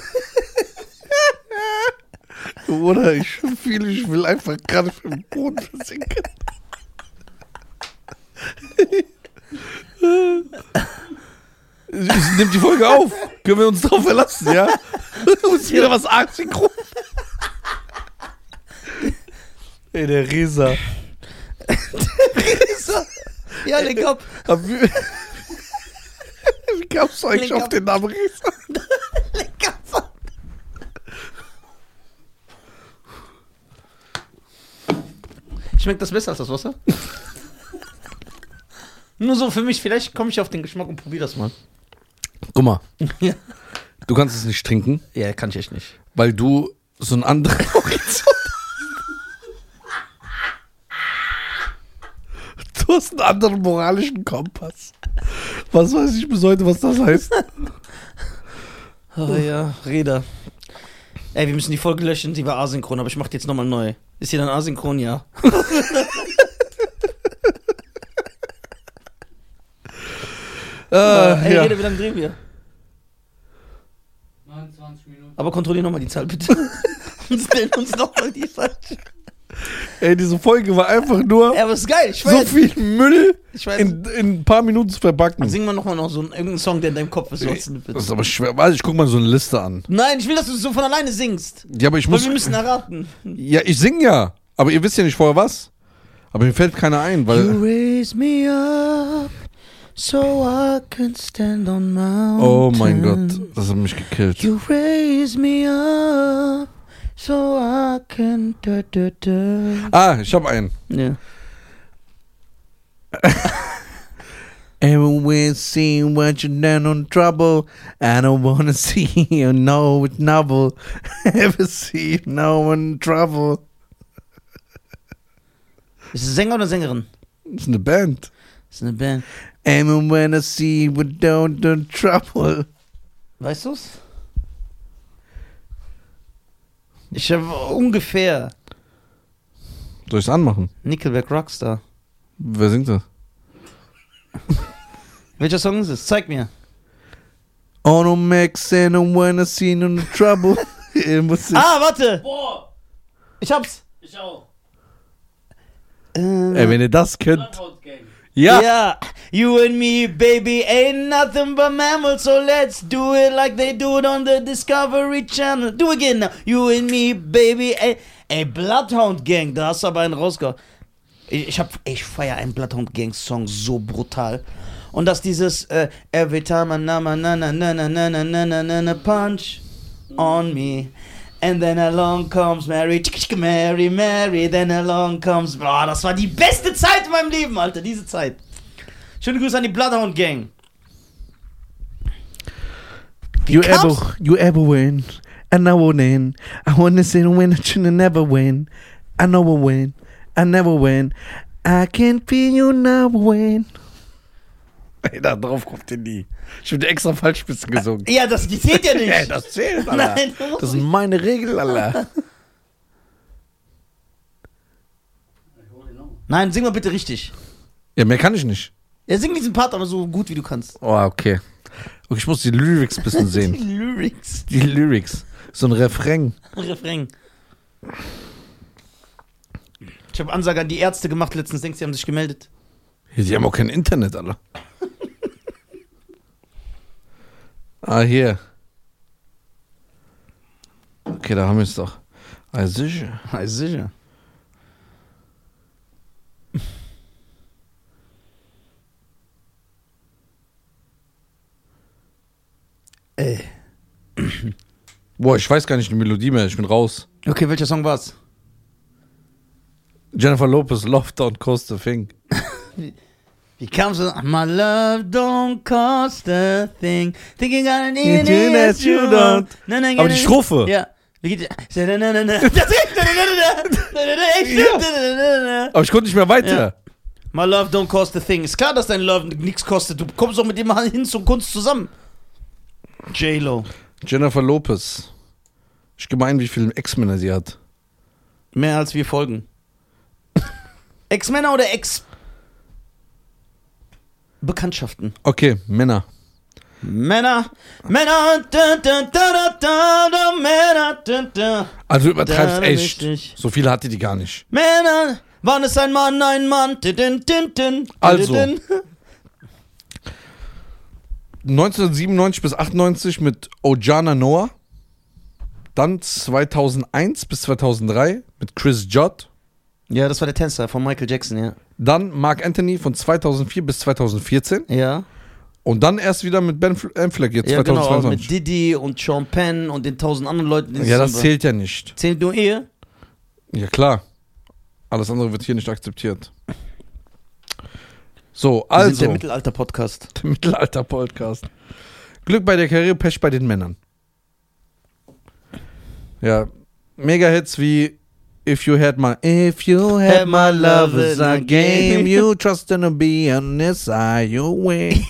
Speaker 1: Oder ich fühle, ich will einfach gerade für den Boden versinken. Ich nehme die Folge auf. Können wir uns drauf verlassen, ja? Muss wieder was asynchron. Ey, der Resa.
Speaker 2: So. Ja, leg ab.
Speaker 1: Aber Wie wie kamst du eigentlich
Speaker 2: Leg
Speaker 1: auf
Speaker 2: ab.
Speaker 1: den Namen Resa?
Speaker 2: Leg ab. Schmeckt das besser als das Wasser? Nur so für mich, vielleicht komme ich auf den Geschmack und probiere das mal.
Speaker 1: Guck mal,
Speaker 2: Ja.
Speaker 1: du kannst es nicht trinken,
Speaker 2: Ja, kann ich echt nicht.
Speaker 1: weil du so einen anderen Horizont Du hast einen anderen moralischen Kompass. Was weiß ich bis heute, was das heißt?
Speaker 2: Oh ja, Räder. Ey, wir müssen die Folge löschen, die war asynchron, aber ich mach die jetzt nochmal neu. Ist hier dann asynchron? Ja.
Speaker 1: Äh,
Speaker 2: Ey,
Speaker 1: ja.
Speaker 2: Reda, wie lange drehen wir?
Speaker 3: neunundzwanzig Minuten.
Speaker 2: Aber kontrollier nochmal die Zahl, bitte. Und stellen uns nochmal die falsche.
Speaker 1: Ey, diese Folge war einfach nur
Speaker 2: Ja, aber ist geil. Ich
Speaker 1: so
Speaker 2: weiß.
Speaker 1: viel Müll
Speaker 2: Ich weiß.
Speaker 1: in, in ein paar Minuten zu verpacken.
Speaker 2: Singen wir nochmal noch so einen, irgendeinen Song, der in deinem Kopf ist. Sonst
Speaker 1: Das ist aber schwer. Warte, ich guck mal so eine Liste an.
Speaker 2: Nein, ich will, dass du so von alleine singst.
Speaker 1: Ja, aber ich
Speaker 2: Weil
Speaker 1: muss.
Speaker 2: wir müssen erraten.
Speaker 1: Ja, ich sing ja. Aber ihr wisst ja nicht vorher was. Aber mir fällt keiner ein,
Speaker 2: You
Speaker 1: weil.
Speaker 2: raise me up so I can stand on mountains.
Speaker 1: Oh mein Gott, das hat mich gekillt.
Speaker 2: You raise me up so I can da, da, da.
Speaker 1: Ah, ich hab einen.
Speaker 2: Ja.
Speaker 1: And we see what you're down on trouble. I don't wanna see you know it's novel. Ever see no one in trouble.
Speaker 2: Ist es Sänger oder Sängerin?
Speaker 1: Das ist eine Band.
Speaker 2: Das ist eine Band.
Speaker 1: And when I see you down in trouble.
Speaker 2: Weißt du's? Ich habe ungefähr
Speaker 1: Soll ich's anmachen?
Speaker 2: Nickelback Rockstar.
Speaker 1: Wer singt das?
Speaker 2: Welcher Song ist es? Zeig mir.
Speaker 1: On a max and when I see you in trouble. Muss ich.
Speaker 2: Ah, warte.
Speaker 3: Boah,
Speaker 2: Ich hab's.
Speaker 3: ich auch.
Speaker 2: Ähm,
Speaker 1: Ey, wenn ihr das könnt.
Speaker 3: Bloodhound Gang.
Speaker 1: Ja.
Speaker 2: Yeah, you and me, baby, ain't nothing but mammals, so let's do it like they do it on the Discovery Channel. Do it again now. You and me, baby, ey, ey Bloodhound Gang, da hast du aber einen rausgehauen. Ich, ich hab, ich feier einen Bloodhound Gang Song so brutal. Und dass dieses äh, Every time I na na na na na na na na na na na punch on me. And then along comes Mary, tsk, tsk, Mary, Mary, then along comes... Boah, das war die beste Zeit in meinem Leben, Alter, diese Zeit. Schöne Grüße an die Bloodhound Gang. Wie
Speaker 1: You
Speaker 2: kam's?
Speaker 1: ever, you ever win, and I will win. I wanna say win, I should never win. I know I win, I never win. I can feel you now win. Ey, da drauf kommt ihr nie. Ich hab dir extra falsch ein bisschen gesungen.
Speaker 2: Ja, das die zählt ja nicht.
Speaker 1: Ey, das zählt, Alter.
Speaker 2: Nein, du musst
Speaker 1: Das sind meine Regeln, Alter.
Speaker 3: Ich hol den noch.
Speaker 2: Nein, sing mal bitte richtig.
Speaker 1: Ja, mehr kann ich nicht.
Speaker 2: Ja, sing diesen Part aber so gut wie du kannst.
Speaker 1: Oh, okay. Okay, ich muss die Lyrics ein bisschen
Speaker 2: Die
Speaker 1: sehen.
Speaker 2: Lyrics.
Speaker 1: Die Lyrics. So ein Refrain.
Speaker 2: Refrain. Ich habe Ansage an die Ärzte gemacht letztens, denkst du, die haben sich gemeldet.
Speaker 1: Die haben auch kein Internet, Alter. Ah, hier. Okay, da haben wir es doch. Ah, sicher.
Speaker 2: Ja, sicher. Ey.
Speaker 1: Boah, ich weiß gar nicht die Melodie mehr, ich bin raus.
Speaker 2: Okay, welcher Song war's?
Speaker 1: Jennifer Lopez, Love Don't Cost a Thing.
Speaker 2: Wie kam's so? My love don't cost a thing. Thinking I need
Speaker 1: You
Speaker 2: it
Speaker 1: that
Speaker 2: as
Speaker 1: you
Speaker 2: you
Speaker 1: don't.
Speaker 2: don't.
Speaker 1: Aber die Strophe.
Speaker 2: Ja. Wie geht die? Das ist
Speaker 1: Aber ich konnte nicht mehr weiter.
Speaker 2: Ja. My love don't cost a thing. Ist klar, dass dein Love nichts kostet. Du kommst doch mit dem hin zur Kunst zusammen. J-Lo.
Speaker 1: Jennifer Lopez. Ich gemein, wie viele Ex-Männer sie hat.
Speaker 2: Mehr als wir folgen. Ex-Männer oder Ex-Bekanntschaften?
Speaker 1: Okay, Männer.
Speaker 2: Männer, Männer, da, da, da, da, da, Männer, da, da.
Speaker 1: Also du übertreibst
Speaker 2: Da,
Speaker 1: echt.
Speaker 2: richtig.
Speaker 1: So viele hatte die gar nicht.
Speaker 2: Männer, wann ist ein Mann ein Mann? Din, din, din, din,
Speaker 1: Also.
Speaker 2: din.
Speaker 1: neunzehnhundertsiebenundneunzig bis achtundneunzig mit Ojana Noah. Dann zweitausendeins bis zweitausenddrei mit Chris Judd.
Speaker 2: Ja, das war der Tänzer von Michael Jackson, ja.
Speaker 1: Dann Mark Anthony von zweitausendvier bis zweitausendvierzehn.
Speaker 2: Ja,
Speaker 1: Und dann erst wieder mit Ben Affleck jetzt
Speaker 2: ja genau, mit
Speaker 1: zweitausendzweiundzwanzig.
Speaker 2: Diddy und Sean Penn und den tausend anderen Leuten. die
Speaker 1: Ja, das
Speaker 2: zusammen-
Speaker 1: zählt ja nicht.
Speaker 2: Zählt nur Ehe?
Speaker 1: Ja, klar. Alles andere wird hier nicht akzeptiert. So,
Speaker 2: Wir sind
Speaker 1: also.
Speaker 2: der Mittelalter-Podcast.
Speaker 1: Der Mittelalter-Podcast. Glück bei der Karriere, Pech bei den Männern. Ja, Mega-Hits wie If you had my If you had my love as a game, you trust and be honest, I you win.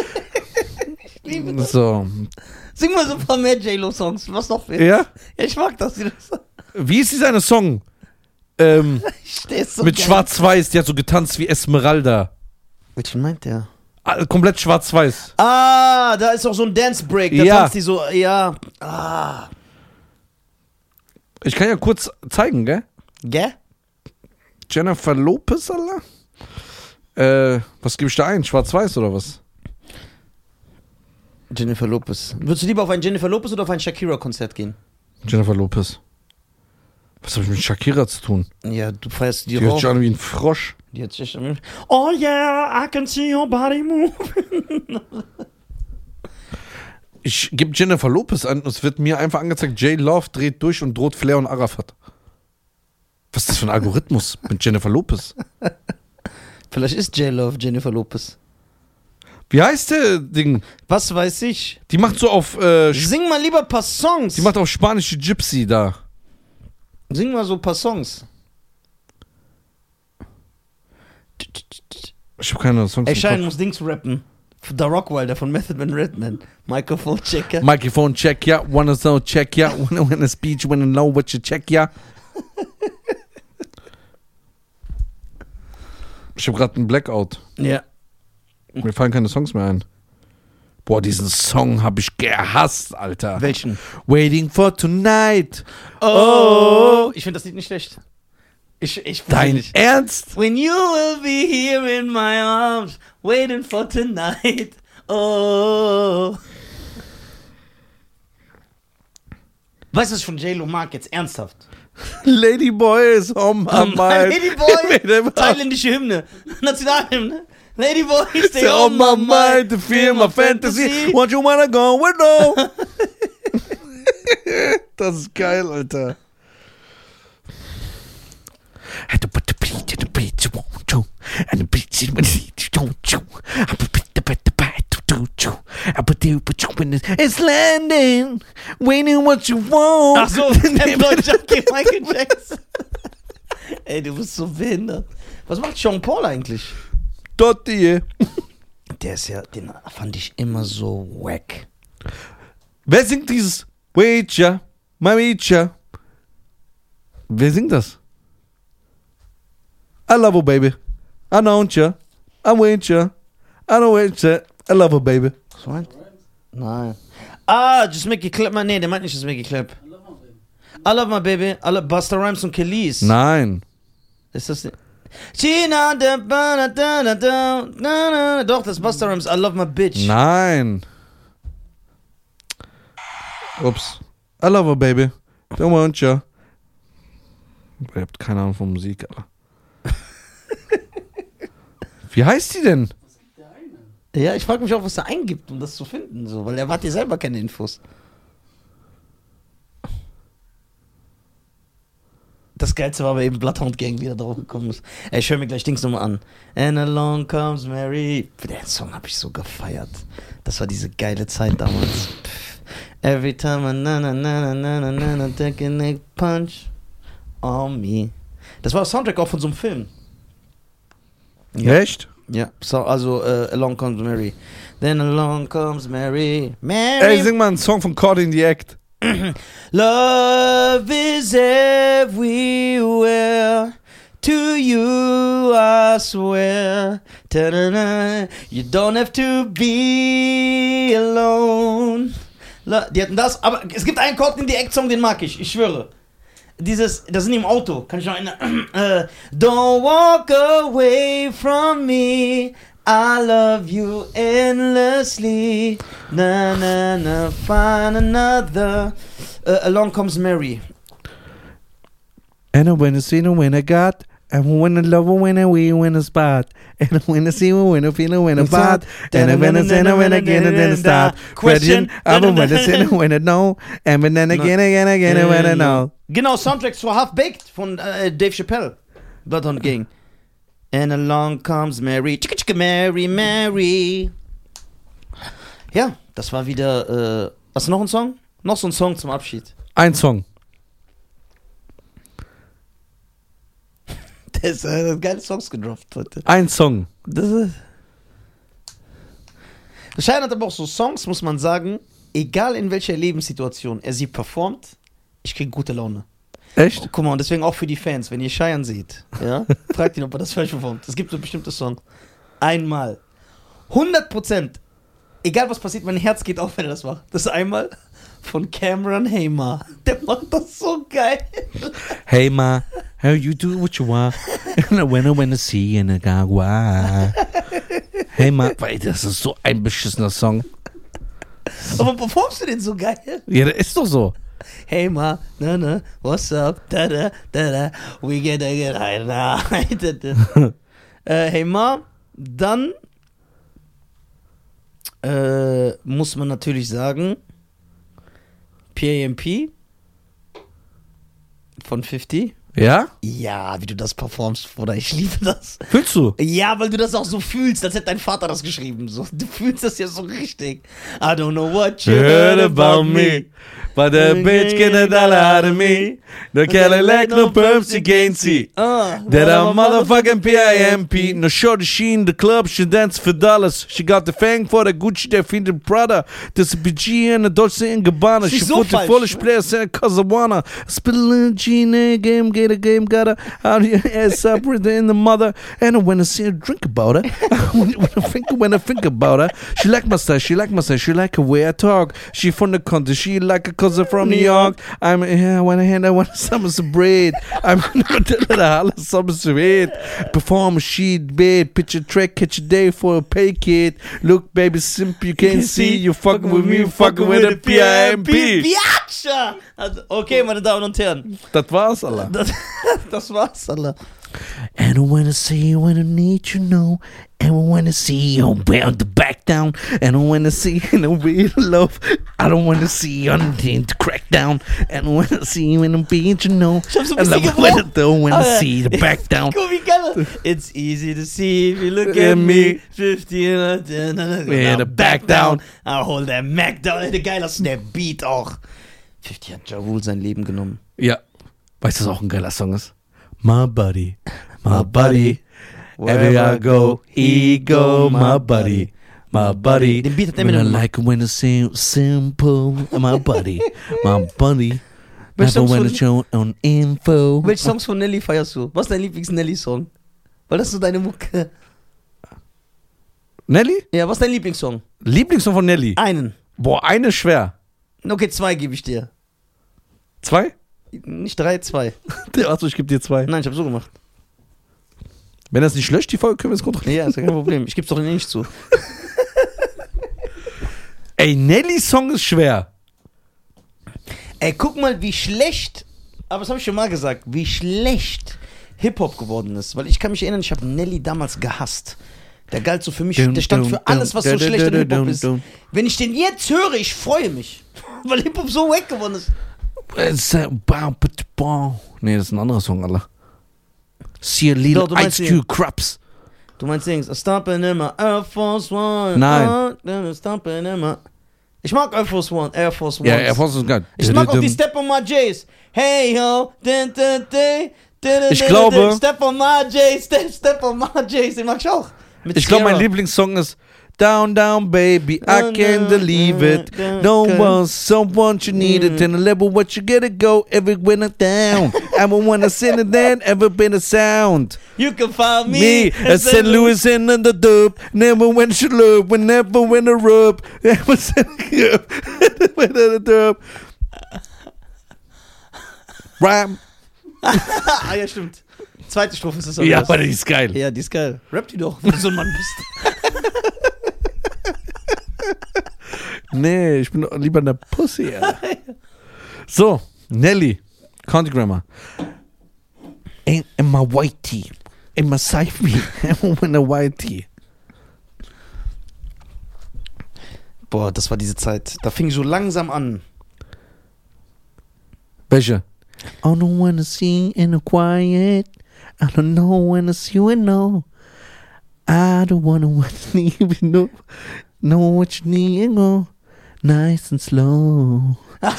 Speaker 1: So.
Speaker 2: Sing mal so ein paar mehr J-Lo-Songs. Was noch fehlt?
Speaker 1: Ja?
Speaker 2: Ja, ich mag das. das
Speaker 1: Wie ist dieser Song? Ähm,
Speaker 2: ich steh so
Speaker 1: mit
Speaker 2: geil.
Speaker 1: Schwarz-Weiß, die hat so getanzt wie Esmeralda.
Speaker 2: Welchen meint der?
Speaker 1: Ah, komplett schwarz-weiß.
Speaker 2: Ah, da ist auch so ein Dance-Break. Da
Speaker 1: Ja.
Speaker 2: tanzt die so, ja. Ah.
Speaker 1: Ich kann ja kurz zeigen, gell?
Speaker 2: Gell?
Speaker 1: Jennifer Lopez, Alter? Äh, was gebe ich da ein? Schwarz-Weiß oder was?
Speaker 2: Jennifer Lopez. Würdest du lieber auf ein Jennifer Lopez oder auf ein Shakira-Konzert gehen?
Speaker 1: Jennifer Lopez. Was habe ich mit Shakira zu tun?
Speaker 2: Ja, du feierst die
Speaker 1: Die hört
Speaker 2: Rock.
Speaker 1: sich an wie ein Frosch.
Speaker 2: Die hat sich oh yeah, I can see your body move.
Speaker 1: Ich gebe Jennifer Lopez an und es wird mir einfach angezeigt, J Love dreht durch und droht Flair und Arafat. Was ist das für ein Algorithmus mit Jennifer Lopez?
Speaker 2: Vielleicht ist J-Love Jennifer Lopez.
Speaker 1: Wie heißt der Ding?
Speaker 2: Was weiß ich.
Speaker 1: Die macht so auf äh,
Speaker 2: Sing mal lieber ein paar Songs.
Speaker 1: die macht auf spanische Gypsy da.
Speaker 2: Sing mal so ein paar Songs.
Speaker 1: Ich habe keine Songs.
Speaker 2: Ey,
Speaker 1: im
Speaker 2: Schein
Speaker 1: Kopf.
Speaker 2: muss Dings rappen. The Rockwilder von Method Man Redman. Microphone checker.
Speaker 1: Microphone check, ja. Wanna know check, ja. Wanna win a speech, wanna know what you check, ja. Ich habe gerade einen Blackout.
Speaker 2: Ja.
Speaker 1: Mir fallen keine Songs mehr ein. Boah, diesen Song habe ich gehasst, Alter.
Speaker 2: Welchen?
Speaker 1: Waiting for tonight.
Speaker 2: Oh. Ich finde das Lied nicht schlecht. Ich, ich
Speaker 1: Dein
Speaker 2: nicht.
Speaker 1: Ernst?
Speaker 2: When you will be here in my arms, waiting for tonight. Oh. Weißt du, was ich von J-Lo mag? Jetzt ernsthaft.
Speaker 1: Ladyboy is on my mind.
Speaker 2: Ladyboy, thailändische Hymne, Nationalhymne. Ladyboy, stay,
Speaker 1: Stay on my mind to feel my fantasy. What you wanna go with no? Das ist geil, Alter. Had to put the beat in the beat you want to, and the beat in the beat you don't you. I put the beat the beat to do you. I put the put you in it's landing, waiting what you want.
Speaker 2: Ach so, Tabloid Junkie Michael Jackson. Ey, du bist so behindert. Was macht Sean Paul eigentlich?
Speaker 1: Dotti.
Speaker 2: Der ist ja, den fand ich immer so wack.
Speaker 1: Wer singt dieses Wager, Maricha? Wer singt das? I love her, baby. I don't ya. I wait ya. I don't wait ya. I love her, baby.
Speaker 2: Was meint? Nein. Ah, Just Make It Clap. Nee, der meint nicht Just Make It Clap.
Speaker 3: I love my baby.
Speaker 2: I love my baby. I love Busta Rhymes und Kelis.
Speaker 1: Nein.
Speaker 2: Ist das nicht? Gina, da, da, da, da, da, da. Doch, das ist Busta Rhymes. I love my bitch.
Speaker 1: Nein. Ups. I love her, baby. Don't want ya. Ihr habt keine Ahnung von Musik, Alter. Wie heißt die denn?
Speaker 3: Was gibt der eine?
Speaker 2: Ja, ich frage mich auch, was er eingibt, um das zu finden, so, weil er hat ja selber keine Infos. Das Geilste war aber eben Bloodhound Gang, wie er drauf gekommen ist. Ey, ich höre mir gleich Dings nochmal an. And along comes Mary. Den Song habe ich so gefeiert. Das war diese geile Zeit damals. Pff. Every time I na na na na na na na take a neck punch on me. Das war der Soundtrack auch von so einem Film. Ja.
Speaker 1: Echt?
Speaker 2: Ja, so, also uh, Along Comes Mary. Then along comes Mary. Mary.
Speaker 1: Ey, sing mal einen Song von Caught in the Act.
Speaker 2: Love is everywhere. To you I swear. Ta-da-da. You don't have to be alone. La- Die hatten das, aber es gibt einen Caught in the Act Song, den mag ich, ich schwöre. Dieses, das sind die im Auto, kann ich noch erinnern. äh, Don't walk away from me. I love you endlessly. Na na na, find another. Uh, along comes Mary.
Speaker 1: And I win a see the winner got. And I win a love a winner, we win a spot. And I win a see a winner, feel a winner bot. And I win a sin a winner again and then stop. Question, I'm a winner, sin a winner, no. And then again, again, again, a winner, no.
Speaker 2: Genau, Soundtrack zu Half Baked von äh, Dave Chappelle. Bloodhound Gang. And along comes Mary. Chicka chicka Mary, Mary. Ja, das war wieder. Äh, hast du noch einen Song? Noch so ein Song zum Abschied.
Speaker 1: Ein Song.
Speaker 2: Der ist äh, geile Songs gedroppt heute.
Speaker 1: Ein Song.
Speaker 2: Das ist. Schein hat aber auch so Songs, muss man sagen, egal in welcher Lebenssituation er sie performt, ich krieg gute Laune.
Speaker 1: Echt?
Speaker 2: Oh, guck mal, und deswegen auch für die Fans, wenn ihr Cheyenne seht, ja, fragt ihn, ob er das falsch performt. Es gibt so bestimmte Songs. Einmal. hundert Prozent. Egal was passiert, mein Herz geht auf, wenn er das macht. Das ist einmal von Cameron Hamer. Der macht das so geil.
Speaker 1: Hey ma, how you do what you want. When I wanna see in a Gagua. Hey Mann, das ist so ein beschissener Song.
Speaker 2: Aber performst du den so geil?
Speaker 1: Ja, der ist doch so.
Speaker 2: Hey ma, na na, what's up, da da da da, we get a get high now. äh, Hey ma, dann äh, muss man natürlich sagen, P A M P von fifty.
Speaker 1: Ja?
Speaker 2: Ja, wie du das performst, Bruder, ich liebe das.
Speaker 1: Fühlst du?
Speaker 2: Ja, weil du das auch so fühlst, als hätte dein Vater das geschrieben. So, du fühlst das ja so richtig. I don't know what you heard about me,
Speaker 1: but the bitch get a dollar out of me. No Cadillac, no perms you can't see.
Speaker 2: Uh,
Speaker 1: That I'm motherfucking P I M P. No shorty, she in the club, she dance for dollars. She got the fang for the Gucci, der findet Prada. Das ist B G and the Dolce and Gabbana.
Speaker 2: Ist
Speaker 1: She
Speaker 2: so
Speaker 1: put the
Speaker 2: falsch,
Speaker 1: foolish
Speaker 2: ne?
Speaker 1: players in Casawana. Spill a G in a game, get a game, got her out your ass up in the mother. And when I see her drink about her, when, when I think when I think about her, she like my style, she like my style, she like the way I talk. She from the country, she like a cousin from New York. I'm here when I hand I want some some bread. I'm in the holla some sweet. Perform a sheet bed, picture track, catch a day for a pay kid. Look, baby, simp, you can't see. You fucking with me, fucking with a P I M P.
Speaker 2: Piazza! Also, okay, meine Damen und Herren.
Speaker 1: Das war's, Allah.
Speaker 2: Das, das war's, Alter.
Speaker 1: And I wanna see you when I need you, know. And I wanna see you bound to back down. And I wanna see you in a real love. I don't wanna see you on the crack down. And I wanna see you in a beat, you know.
Speaker 2: Ich hab so ein
Speaker 1: And
Speaker 2: bisschen
Speaker 1: I wanna, don't wanna
Speaker 2: Alter.
Speaker 1: see the back down.
Speaker 2: Guck, wie geil. It's easy to see if you look
Speaker 1: At
Speaker 2: at
Speaker 1: me.
Speaker 2: me. fifty and
Speaker 1: Yeah, the back down.
Speaker 2: I'll hold that Mac down. Der geiler ist der Beat auch. fifty hat Ja Rule sein Leben genommen.
Speaker 1: Ja. Weißt du, was auch ein geiler Song ist? My buddy, my buddy. Everywhere I go, he go, my buddy. My buddy.
Speaker 2: Den Beat hat
Speaker 1: When I
Speaker 2: Eminem
Speaker 1: like it when it's sim- simple. My buddy, my buddy.
Speaker 2: Welche
Speaker 1: Never
Speaker 2: Songs
Speaker 1: when
Speaker 2: von-
Speaker 1: it's shown on info.
Speaker 2: Welche Songs von Nelly feierst du? Was ist dein Lieblings-Nelly-Song? Weil das ist so deine Mucke.
Speaker 1: Nelly?
Speaker 2: Ja, was ist dein Lieblingssong?
Speaker 1: Lieblingssong von Nelly?
Speaker 2: Einen.
Speaker 1: Boah, eine ist schwer.
Speaker 2: Okay, zwei gebe ich dir.
Speaker 1: Zwei?
Speaker 2: Nicht drei, zwei.
Speaker 1: Achso, ich gebe dir zwei.
Speaker 2: Nein, ich habe so gemacht.
Speaker 1: Wenn das nicht löscht, die Folge, können wir es kontrollieren.
Speaker 2: Ja, ist ja kein Problem. Ich gebe es doch nicht zu.
Speaker 1: Ey, Nelly-Song ist schwer.
Speaker 2: Ey, guck mal, wie schlecht, aber das habe ich schon mal gesagt, wie schlecht Hip-Hop geworden ist. Weil ich kann mich erinnern, ich habe Nelly damals gehasst. Der galt so für mich, der stand für alles, was so schlecht in Hip-Hop ist. Wenn ich den jetzt höre, ich freue mich. Weil Hip-Hop so wack geworden ist.
Speaker 1: Nee, das ist ein anderer Song, Alter. See a little
Speaker 2: Doch, du meinst
Speaker 1: Ice Cube Krabs.
Speaker 2: Du meinst Dings, Stompin' in my Air Force One.
Speaker 1: Nein.
Speaker 2: Uh, Stompin' in my... Ich mag Air Force One, Air Force One.
Speaker 1: Ja, Air Force ist geil.
Speaker 2: Ich mag auch die Step on my J's. Hey ho, dun, dun, dun, dun,
Speaker 1: Ich
Speaker 2: dun,
Speaker 1: glaube-
Speaker 2: dun, Step on my J's, step, step on my J's. Den mag ich auch. Mit
Speaker 1: Ich glaube, mein
Speaker 2: Sierra.
Speaker 1: Lieblingssong ist Down, down, baby, I can't believe it. No one's someone you need it. And a level what you get it go everywhere down. I don't wanna send it then, ever been a sound.
Speaker 2: You can find me,
Speaker 1: Me,
Speaker 2: in
Speaker 1: at Saint Louis in the dub. Never when she love, whenever when a rub. Never send up, when a dub. Rhyme.
Speaker 2: Ah, ja, stimmt. Zweite Strophe ist das auch.
Speaker 1: Ja,
Speaker 2: das.
Speaker 1: aber die ist geil.
Speaker 2: Ja, die ist geil. Rap die doch, wenn du so ein Mann bist.
Speaker 1: Nee, ich bin lieber eine Pussy. Alter. So, Nelly, County Grammar. In, in my white tee, in my side me, in a white tee.
Speaker 2: Boah, das war diese Zeit. Da fing ich so langsam an.
Speaker 1: Welche? I don't wanna see in a quiet. I don't know when to see you and know. I don't wanna what you need, know, know what you need and go. Nice and slow.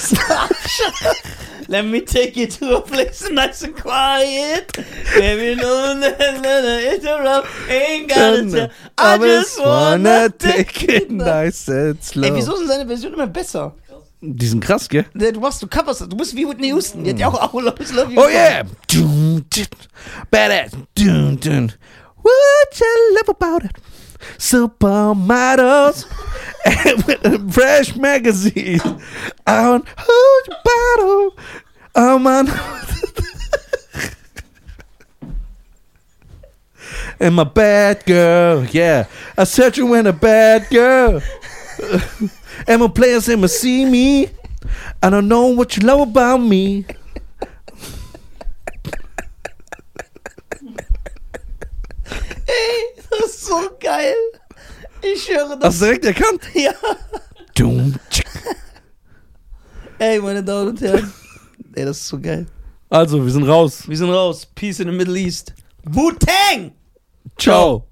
Speaker 2: Let me take you to a place nice and quiet. Baby, no, let it interrupt. Ain't gotta tell. I just wanna take it nice.
Speaker 1: nice and slow.
Speaker 2: Ey, wieso sind seine Versionen immer besser?
Speaker 1: Die sind krass, gell?
Speaker 2: Du machst, du coverst, du bist wie Whitney Houston. Die hat ja auch I Love Love You.
Speaker 1: Oh yeah! Dun, dun, badass. Dun, dun. What you love about it? Supermodels and with a fresh magazine on hold your bottle. Oh man. and my bad girl, yeah. I said you were a bad girl. And my players say, see me. I don't know what you love about me.
Speaker 2: Ey, das ist so geil. Ich höre das.
Speaker 1: Hast du direkt erkannt?
Speaker 2: Ja.
Speaker 1: Dum,
Speaker 2: Ey, meine Damen und Herren. Ey, das ist so geil.
Speaker 1: Also, wir sind raus.
Speaker 2: Wir sind raus. Peace in the Middle East. Wu-Tang!
Speaker 1: Ciao.